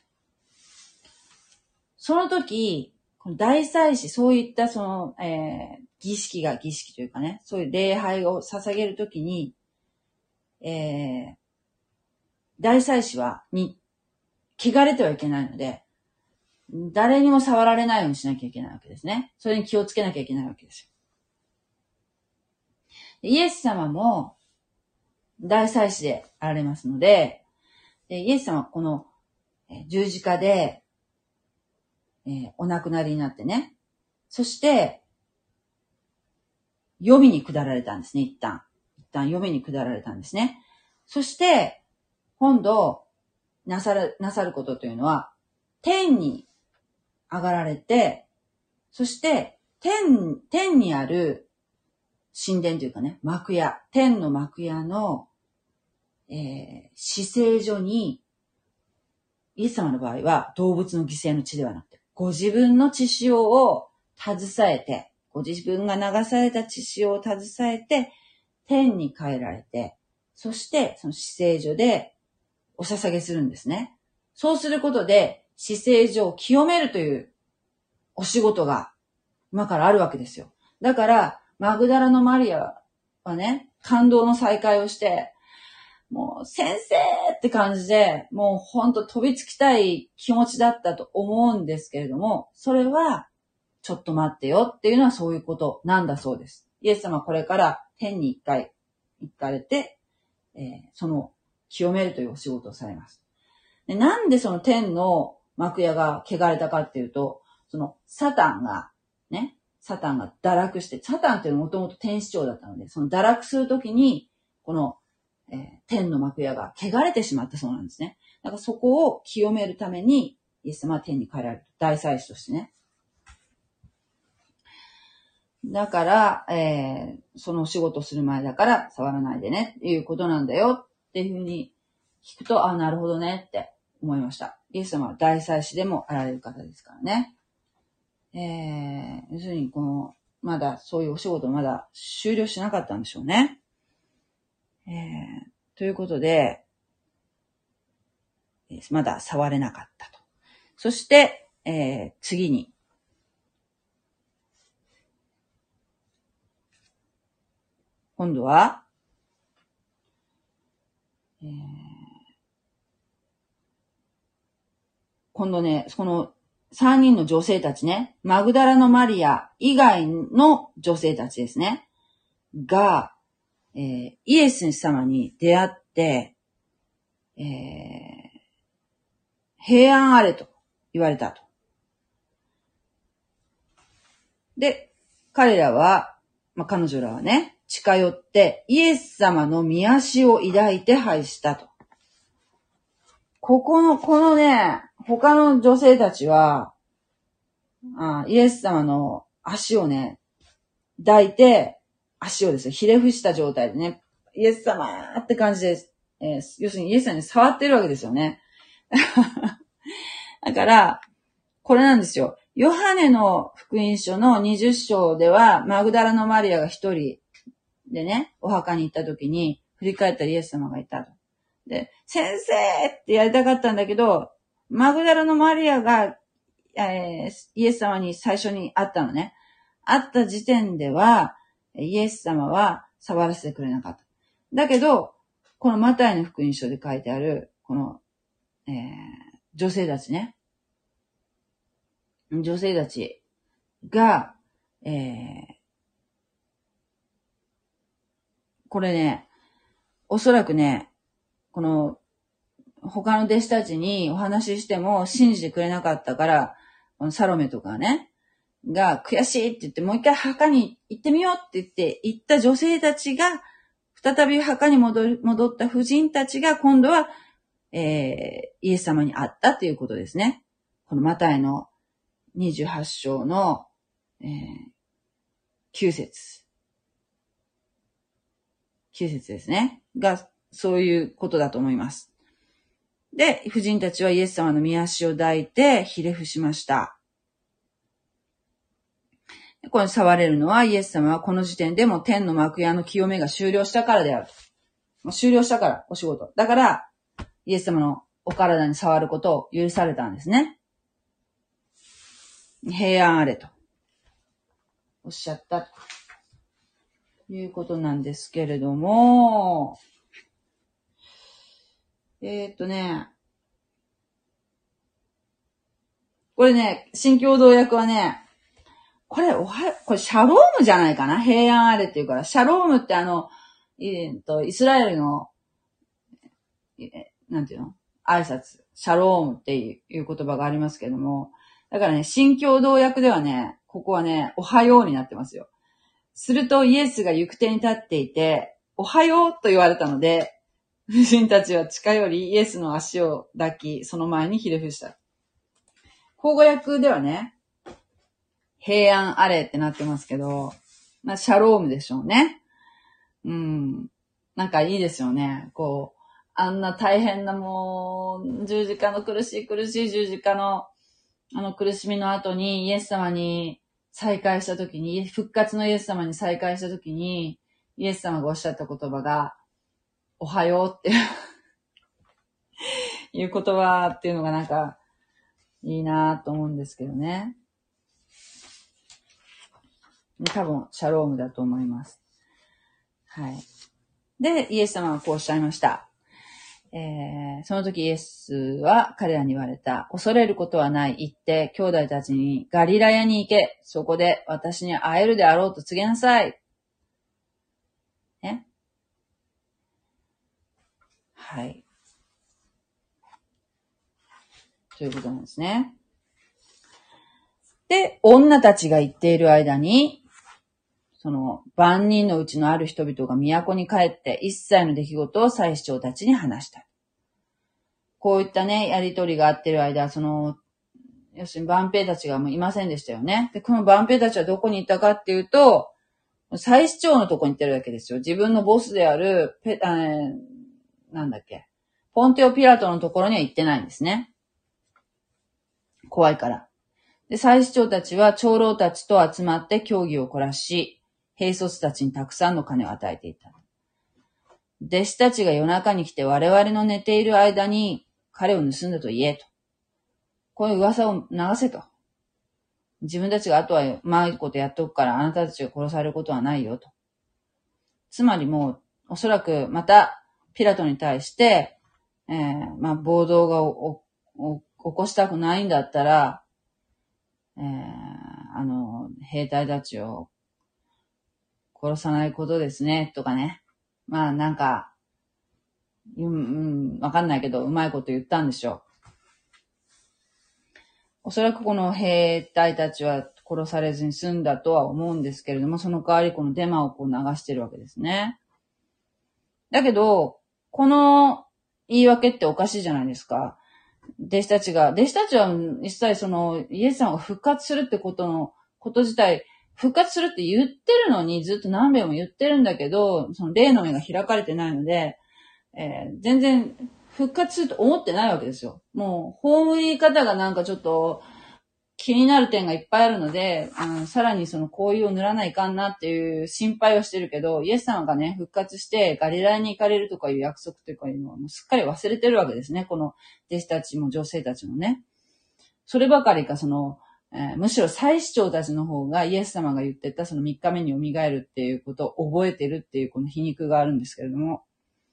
その時、この大祭司、そういったその、えー、儀式が、儀式というかね、そういう礼拝を捧げるときに、えー、大祭司は、に、汚れてはいけないので、誰にも触られないようにしなきゃいけないわけですね。それに気をつけなきゃいけないわけですよ。イエス様も大祭司であられますので、イエス様はこの十字架で、えー、お亡くなりになってね。そして、読みに下られたんですね、一旦。一旦読みに下られたんですね。そして、今度、なさる、なさることというのは、天に上がられて、そして天、天にある神殿というかね、幕屋、天の幕屋の、えー、至聖所に、イエス様の場合は動物の犠牲の血ではなくて、ご自分の血潮を携えて、ご自分が流された血潮を携えて、天に帰られて、そしてその至聖所でお捧げするんですね。そうすることで、至聖所を清めるというお仕事が今からあるわけですよ。だから、マグダラのマリアはね、感動の再会をして、もう先生って感じで、もうほんと飛びつきたい気持ちだったと思うんですけれども、それはちょっと待ってよっていうのはそういうことなんだそうです。イエス様はこれから天に一回行かれて、えー、その清めるというお仕事をされます。で、なんでその天の幕屋が汚れたかっていうと、そのサタンがね、サタンが堕落して、サタンっていうのはもともと天使長だったので、その堕落するときに、このえー、天の幕屋が汚れてしまったそうなんですね。だからそこを清めるために、イエス様は天に帰られる。大祭司としてね。だから、えー、そのお仕事する前だから触らないでねっていうことなんだよっていうふうに聞くと、あ、なるほどねって思いました。イエス様は大祭司でもあられる方ですからね。えー、要するにこの、まだそういうお仕事まだ終了しなかったんでしょうね。えー、ということで、まだ触れなかったと。そして、えー、次に、今度は、えー、今度ね、このさんにんの女性たちね、マグダラのマリア以外の女性たちですね、が、えー、イエス様に出会って、えー、平安あれと言われたと。で、彼らは、まあ、彼女らはね、近寄ってイエス様の御足を抱いて拝したと。ここの、このね、他の女性たちは、あイエス様の足をね、抱いて、足をですね、ひれ伏した状態でね、イエス様って感じです。えー、要するにイエス様に触ってるわけですよね。だから、これなんですよ。ヨハネの福音書のにじゅっ章では、マグダラのマリアが一人でね、お墓に行った時に、振り返ったらイエス様がいたと。で、先生ってやりたかったんだけど、マグダラのマリアが、えー、イエス様に最初に会ったのね。会った時点では、イエス様は触らせてくれなかった。だけど、このマタイの福音書で書いてある、この、えー、女性たちね。女性たちが、えー、これね、おそらくね、この、他の弟子たちにお話ししても信じてくれなかったから、このサロメとかね、が悔しいって言って、もう一回墓に行ってみようって言って、行った女性たちが、再び墓に戻る、戻った婦人たちが、今度は、えー、イエス様に会ったということですね。このマタイのにじゅうはち章の、えー、きゅう節。きゅう節ですね。が、そういうことだと思います。で、婦人たちはイエス様の御足を抱いてひれ伏しました。これ触れるのはイエス様はこの時点でも天の幕屋の清めが終了したからであると。もう終了したから、お仕事。だから、イエス様のお体に触ることを許されたんですね。平安あれとおっしゃったということなんですけれども、えーっとね、これね、新共同訳はね、これ、おは、これシャロームじゃないかな？平安あれっていうから、シャロームってあの、えーっと、イスラエルの、なんていうの？挨拶。シャロームっていう言葉がありますけども、だからね、新共同訳ではね、ここはね、おはようになってますよ。するとイエスが行く手に立っていて、おはようと言われたので、婦人たちは近寄りイエスの足を抱き、その前にひれ伏した。口語訳ではね、 平安あれってなってますけど、まあ、シャロームでしょうね。うん。なんかいいですよね。こう、あんな大変なもう、十字架の苦しい苦しい十字架の、あの苦しみの後にイエス様に再会したときに、復活のイエス様に再会したときに、イエス様がおっしゃった言葉が、おはようっていう言葉っていうのがなんか、いいなぁと思うんですけどね。多分、シャロームだと思います。はい。で、イエス様はこうおっしゃいました。えー、その時イエスは彼らに言われた。恐れることはない。言って兄弟たちにガリラヤに行け。そこで私に会えるであろうと告げなさい。ね。はい。ということなんですね。で、女たちが言っている間に、その万人のうちのある人々が都に帰って一切の出来事を祭司長たちに話した。こういったね、やりとりがあってる間、その、要するに万兵たちがもういませんでしたよね。で、この万兵たちはどこに行ったかっていうと、祭司長のとこに行ってるわけですよ。自分のボスである、ペ、あー、なんだっけ。ポンテオ・ピラトのところには行ってないんですね。怖いから。で、祭司長たちは長老たちと集まって協議を凝らし、兵卒たちにたくさんの金を与えていた。弟子たちが夜中に来て我々の寝ている間に彼を盗んだと言えと。こういう噂を流せと。自分たちがあとはうまいことやっとくからあなたたちが殺されることはないよと。つまりもうおそらくまたピラトに対して、えー、まあ暴動がおお起こしたくないんだったら、えー、あの兵隊たちを殺さないことですねとかね。まあなんか、うん、うん、わかんないけどうまいこと言ったんでしょう。おそらくこの兵隊たちは殺されずに済んだとは思うんですけれども、その代わりこのデマをこう流してるわけですね。だけど、この言い訳っておかしいじゃないですか。弟子たちが、弟子たちは一切そのイエス様が復活するってことの、こと自体、復活するって言ってるのにずっと何遍も言ってるんだけど、その霊の目が開かれてないので、えー、全然復活すると思ってないわけですよ。もう、葬り方がなんかちょっと気になる点がいっぱいあるので、あのさらにその紅葉を塗らないかんなっていう心配はしてるけど、イエス様がね、復活してガリラヤに行かれるとかいう約束というかいうのはもうすっかり忘れてるわけですね。この弟子たちも女性たちもね。そればかりかその、えー、むしろ祭司長たちの方がイエス様が言ってたそのみっかめに蘇るっていうことを覚えてるっていうこの皮肉があるんですけれども、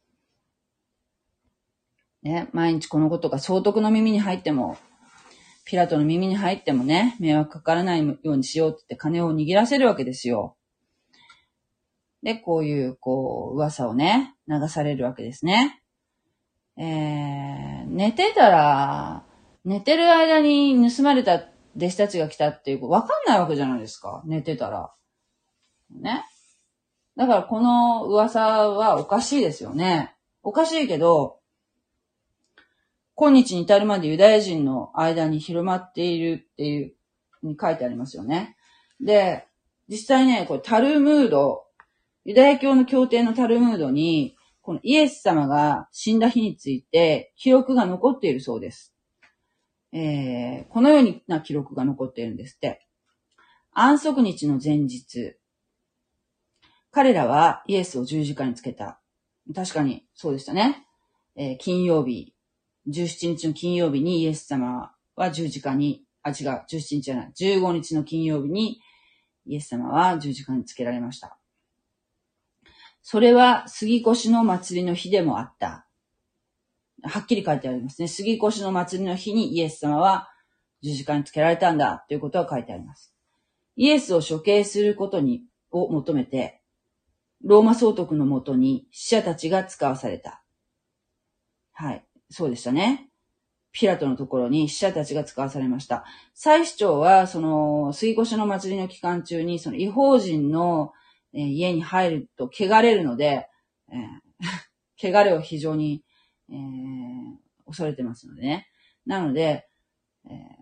ね、毎日このことが総督の耳に入っても、ピラトの耳に入ってもね、迷惑かからないようにしようって言って金を握らせるわけですよ。で、こういう、こう、噂をね、流されるわけですね。えー、寝てたら、寝てる間に盗まれた弟子たちが来たっていう、わかんないわけじゃないですか。寝てたら。ね。だからこの噂はおかしいですよね。おかしいけど、今日に至るまでユダヤ人の間に広まっているっていうに書いてありますよね。で、実際ね、これタルムード、ユダヤ教の経典のタルムードに、このイエス様が死んだ日について記録が残っているそうです。えー、このような記録が残っているんですって。安息日の前日、彼らはイエスを十字架につけた。確かにそうでしたね。えー、金曜日、じゅうしちにちの金曜日にイエス様は十字架に、あ、違う、じゅうしちにちじゃない、じゅうごにちの金曜日にイエス様は十字架につけられました。それは杉越の祭りの日でもあった。はっきり書いてありますね。杉越の祭りの日にイエス様は十字架につけられたんだということが書いてあります。イエスを処刑することにを求めて、ローマ総督のもとに死者たちが使わされた。はい、そうでしたね。ピラトのところに死者たちが使わされました。祭司長は、その、杉越の祭りの期間中に、その違法人の、えー、家に入ると汚れるので、えー、汚れを非常に、えー、恐れてますのでね。なので、えー、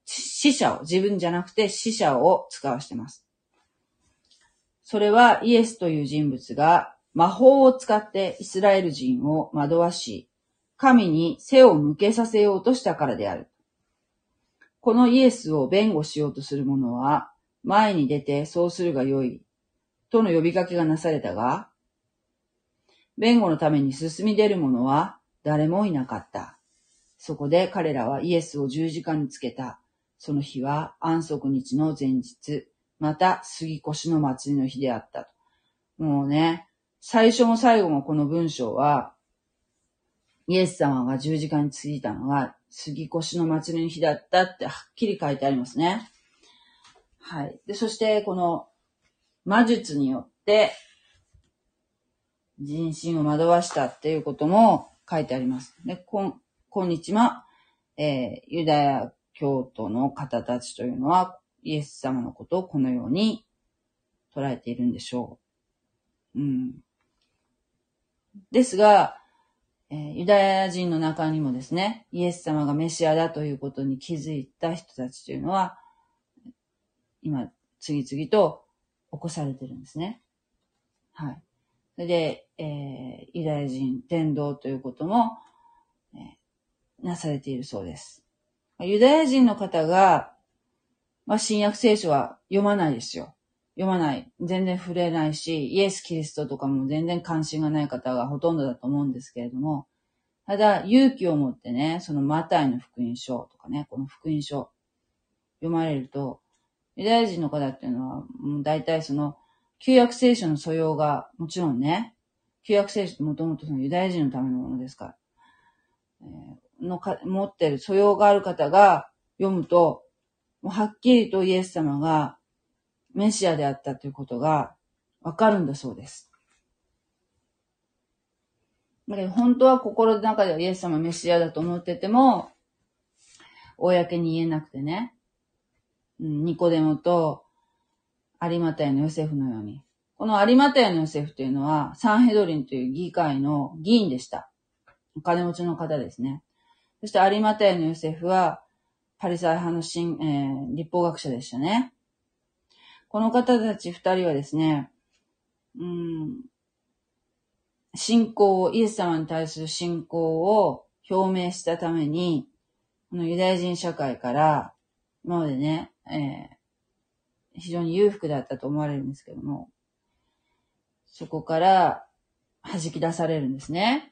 死者を、自分じゃなくて死者を使わしてます。それはイエスという人物が魔法を使ってイスラエル人を惑わし、神に背を向けさせようとしたからである。このイエスを弁護しようとする者は、前に出てそうするがよい、との呼びかけがなされたが、弁護のために進み出る者は誰もいなかった。そこで彼らはイエスを十字架につけた。その日は安息日の前日、また杉越の祭りの日であったと。もうね、最初も最後もこの文章は、イエス様が十字架についたのが杉越の祭りの日だったってはっきり書いてありますね。はい。で、そしてこの魔術によって人心を惑わしたっていうことも書いてあります。で、今日は、えー、ユダヤ教徒の方たちというのはイエス様のことをこのように捉えているんでしょう。うん。ですが、えー、ユダヤ人の中にもですね、イエス様がメシアだということに気づいた人たちというのは、今、次々と起こされてるんですね。はい。それで、えー、ユダヤ人伝道ということも、えー、なされているそうです。ユダヤ人の方が、まあ、新約聖書は読まないですよ。読まない。全然触れないし、イエス・キリストとかも全然関心がない方がほとんどだと思うんですけれども、ただ、勇気を持ってね、そのマタイの福音書とかね、この福音書読まれると、ユダヤ人の方っていうのは、もう大体その、旧約聖書の素養が、もちろんね、旧約聖書ってもともとそのユダヤ人のためのものですから、えー、のか、持ってる素養がある方が読むと、もうはっきりとイエス様がメシアであったということがわかるんだそうです。だけど本当は心の中ではイエス様メシアだと思ってても、公に言えなくてね、ニコデモと有馬太のヨセフのように。この有馬太のヨセフというのは、サンヘドリンという議会の議員でした。お金持ちの方ですね。そして有馬太のヨセフは、パリサイ派の新、えー、立法学者でしたね。この方たち二人はですね、うん、信仰を、イエス様に対する信仰を表明したために、このユダヤ人社会から、今までね、えー、非常に裕福だったと思われるんですけども、そこから弾き出されるんですね。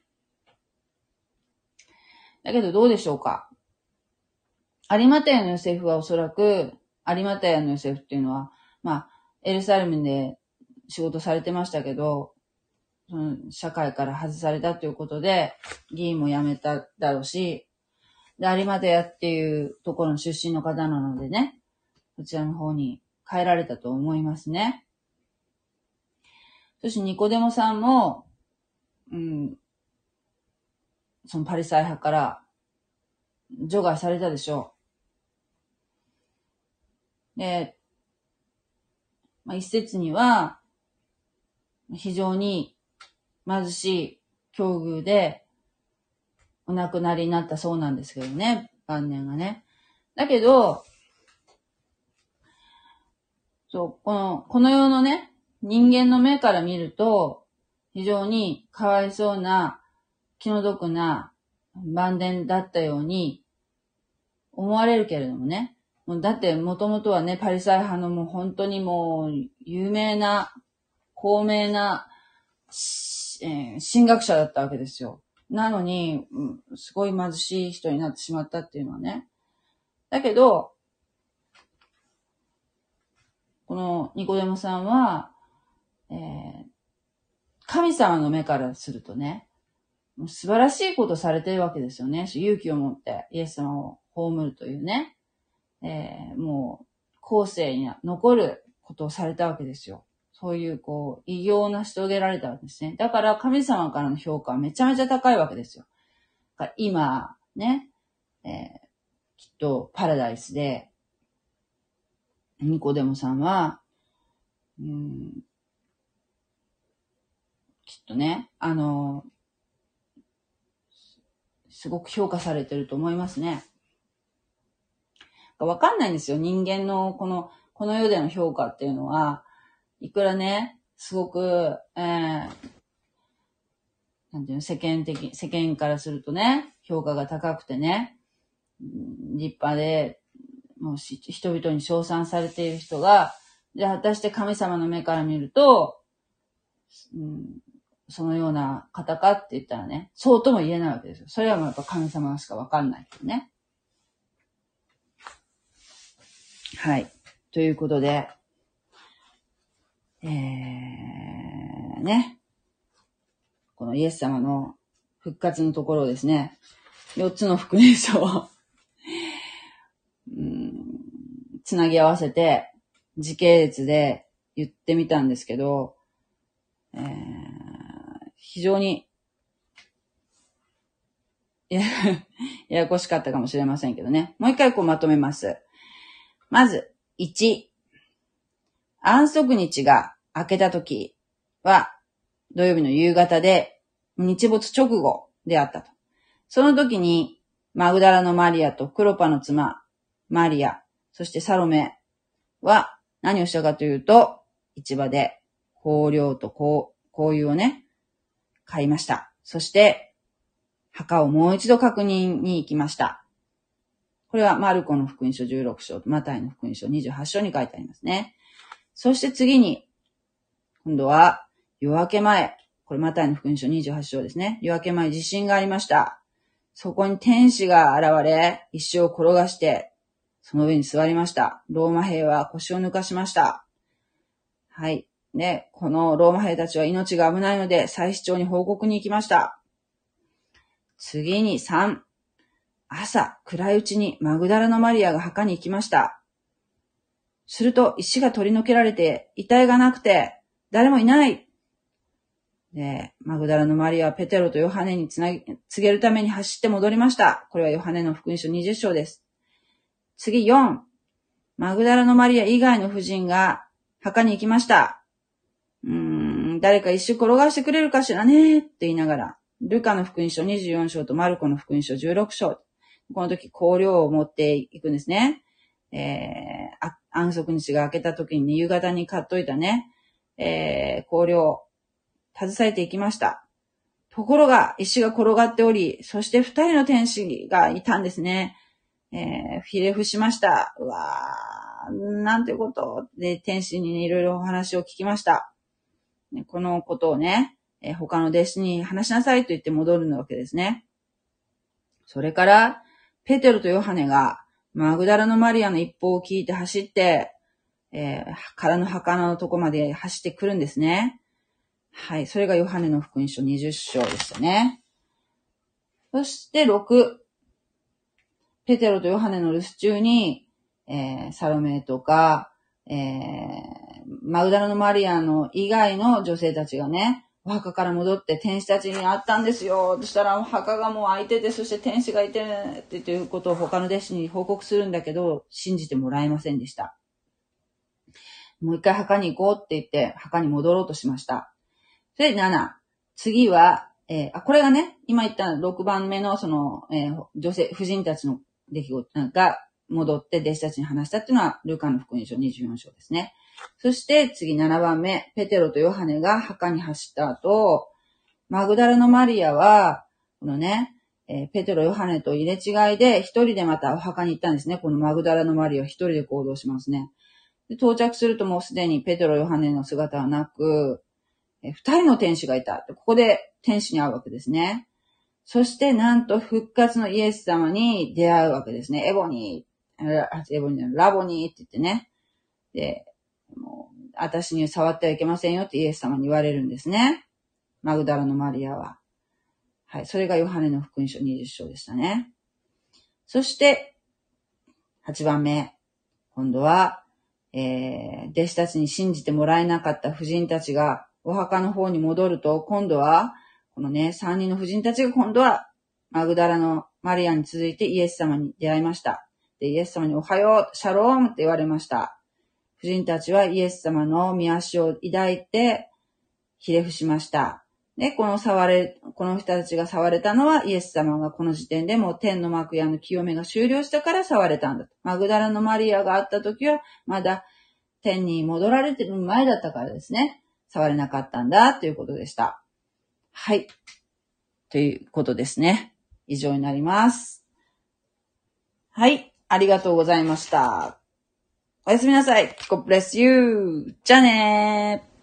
だけどどうでしょうか。有馬太のヨセフはおそらく、有馬太のヨセフっていうのは、まあ、エルサレムで仕事されてましたけど、その社会から外されたということで、議員も辞めただろうし、で、有馬太っていうところの出身の方なのでね、こちらの方に帰られたと思いますね。そしてニコデモさんも、うん、そのパリサイ派から除外されたでしょう。で、まあ、一説には、非常に貧しい境遇でお亡くなりになったそうなんですけどね、晩年がね。だけど、そう、この、この世のね、人間の目から見ると、非常にかわいそうな、気の毒な晩年だったように思われるけれどもね。だってもともとはね、パリサイ派のもう本当にもう有名な、高名な、えー、神学者だったわけですよ。なのに、うん、すごい貧しい人になってしまったっていうのはね。だけど、このニコデモさんは、えー、神様の目からするとね、もう素晴らしいことされてるわけですよね。勇気を持ってイエス様を葬るというね、えー、もう後世に残ることをされたわけですよ。そういうこう偉業を成し遂げられたわけですね。だから神様からの評価はめちゃめちゃ高いわけですよ。今ね、えー、きっとパラダイスでニコデモさんは、うん、きっとね、あの、すごく評価されてると思いますね。 わかんないんですよ。人間のこの、この世での評価っていうのは、いくらね、すごく、えー、なんていうの、世間的、世間からするとね、評価が高くてね、立派で、もう人々に称賛されている人が、じゃあ果たして神様の目から見ると、うん、そのような方かって言ったらね、そうとも言えないわけですよ。それはもうやっぱ神様しかわかんないってね。はい。ということで、えー、ね。このイエス様の復活のところをですね、よっつの福音書をうん、つなぎ合わせて、時系列で言ってみたんですけど、えー、非常にや、ややこしかったかもしれませんけどね。もう一回こうまとめます。まず、いち、安息日が明けた時は、土曜日の夕方で、日没直後であったと。その時に、マグダラのマリアとクロパの妻、マリア、そしてサロメは何をしたかというと、市場で香料と香油をね、買いました。そして、墓をもう一度確認に行きました。これはマルコの福音書じゅうろく章とマタイの福音書にじゅうはち章に書いてありますね。そして次に、今度は夜明け前、これマタイの福音書にじゅうはち章ですね。夜明け前地震がありました。そこに天使が現れ、石を転がして、その上に座りました。ローマ兵は腰を抜かしました。はい。で、このローマ兵たちは命が危ないので、祭司長に報告に行きました。次にさん、朝、暗いうちにマグダラのマリアが墓に行きました。すると、石が取り除けられて、遺体がなくて、誰もいない。で、マグダラのマリアはペテロとヨハネにつなぎ、告げるために走って戻りました。これはヨハネの福音書にじゅう章です。次よん、マグダラのマリア以外の婦人が墓に行きました。うーん、誰か石転がしてくれるかしらねって言いながら、ルカの福音書にじゅうよん章とマルコの福音書じゅうろく章。この時香料を持っていくんですね。えー、安息日が明けた時に夕方に買っといたね、えー、香料を携えていきました。ところが石が転がっており、そして二人の天使がいたんですね。えー、ひれ伏しました。うわー、なんていうことで、天使に、ね、いろいろお話を聞きました。このことをね、えー、他の弟子に話しなさいと言って戻るわけですね。それから、ペテロとヨハネがマグダラのマリアの一報を聞いて走って、えー、空の墓のとこまで走ってくるんですね。はい、それがヨハネの福音書にじゅう章でしたね。そしてろく、ペテロとヨハネの留守中に、えー、サロメとか、えー、マグダラのマリアの以外の女性たちがね、お墓から戻って天使たちに会ったんですよ。そしたらお墓がもう開いてて、そして天使がいてってということを他の弟子に報告するんだけど、信じてもらえませんでした。もう一回墓に行こうって言って墓に戻ろうとしました。それでなな、次は、えー、あ、これがね、今言ったろくばんめのその、えー、女性、婦人たちの出来事が戻って弟子たちに話したっていうのはルカの福音書にじゅうよん章ですね。そして次ななばんめ、ペテロとヨハネが墓に走った後、マグダラのマリアは、このね、えー、ペテロ、ヨハネと入れ違いで一人でまたお墓に行ったんですね。このマグダラのマリアは一人で行動しますね。で到着するともうすでにペテロ、ヨハネの姿はなく、えー、二人の天使がいた。ここで天使に会うわけですね。そしてなんと復活のイエス様に出会うわけですね。エボニー、エボニー、ラボニーって言ってね。で、もう私に触ってはいけませんよってイエス様に言われるんですね。マグダラのマリアは。はい。それがヨハネの福音書にじゅう章でしたね。そして、はちばんめ。今度は、えー、弟子たちに信じてもらえなかった婦人たちがお墓の方に戻ると、今度は、このね、三人の婦人たちが今度は、マグダラのマリアに続いてイエス様に出会いました。で、イエス様におはよう、シャロームって言われました。婦人たちはイエス様の御足を抱いて、ひれ伏しました。 で、この触れ、この人たちが触れたのはイエス様がこの時点でもう天の幕屋の清めが終了したから触れたんだと。マグダラのマリアがあった時はまだ天に戻られてる前だったからですね。触れなかったんだということでした。はい。ということですね。以上になります。はい。ありがとうございました。おやすみなさい。God bless you. じゃあねー。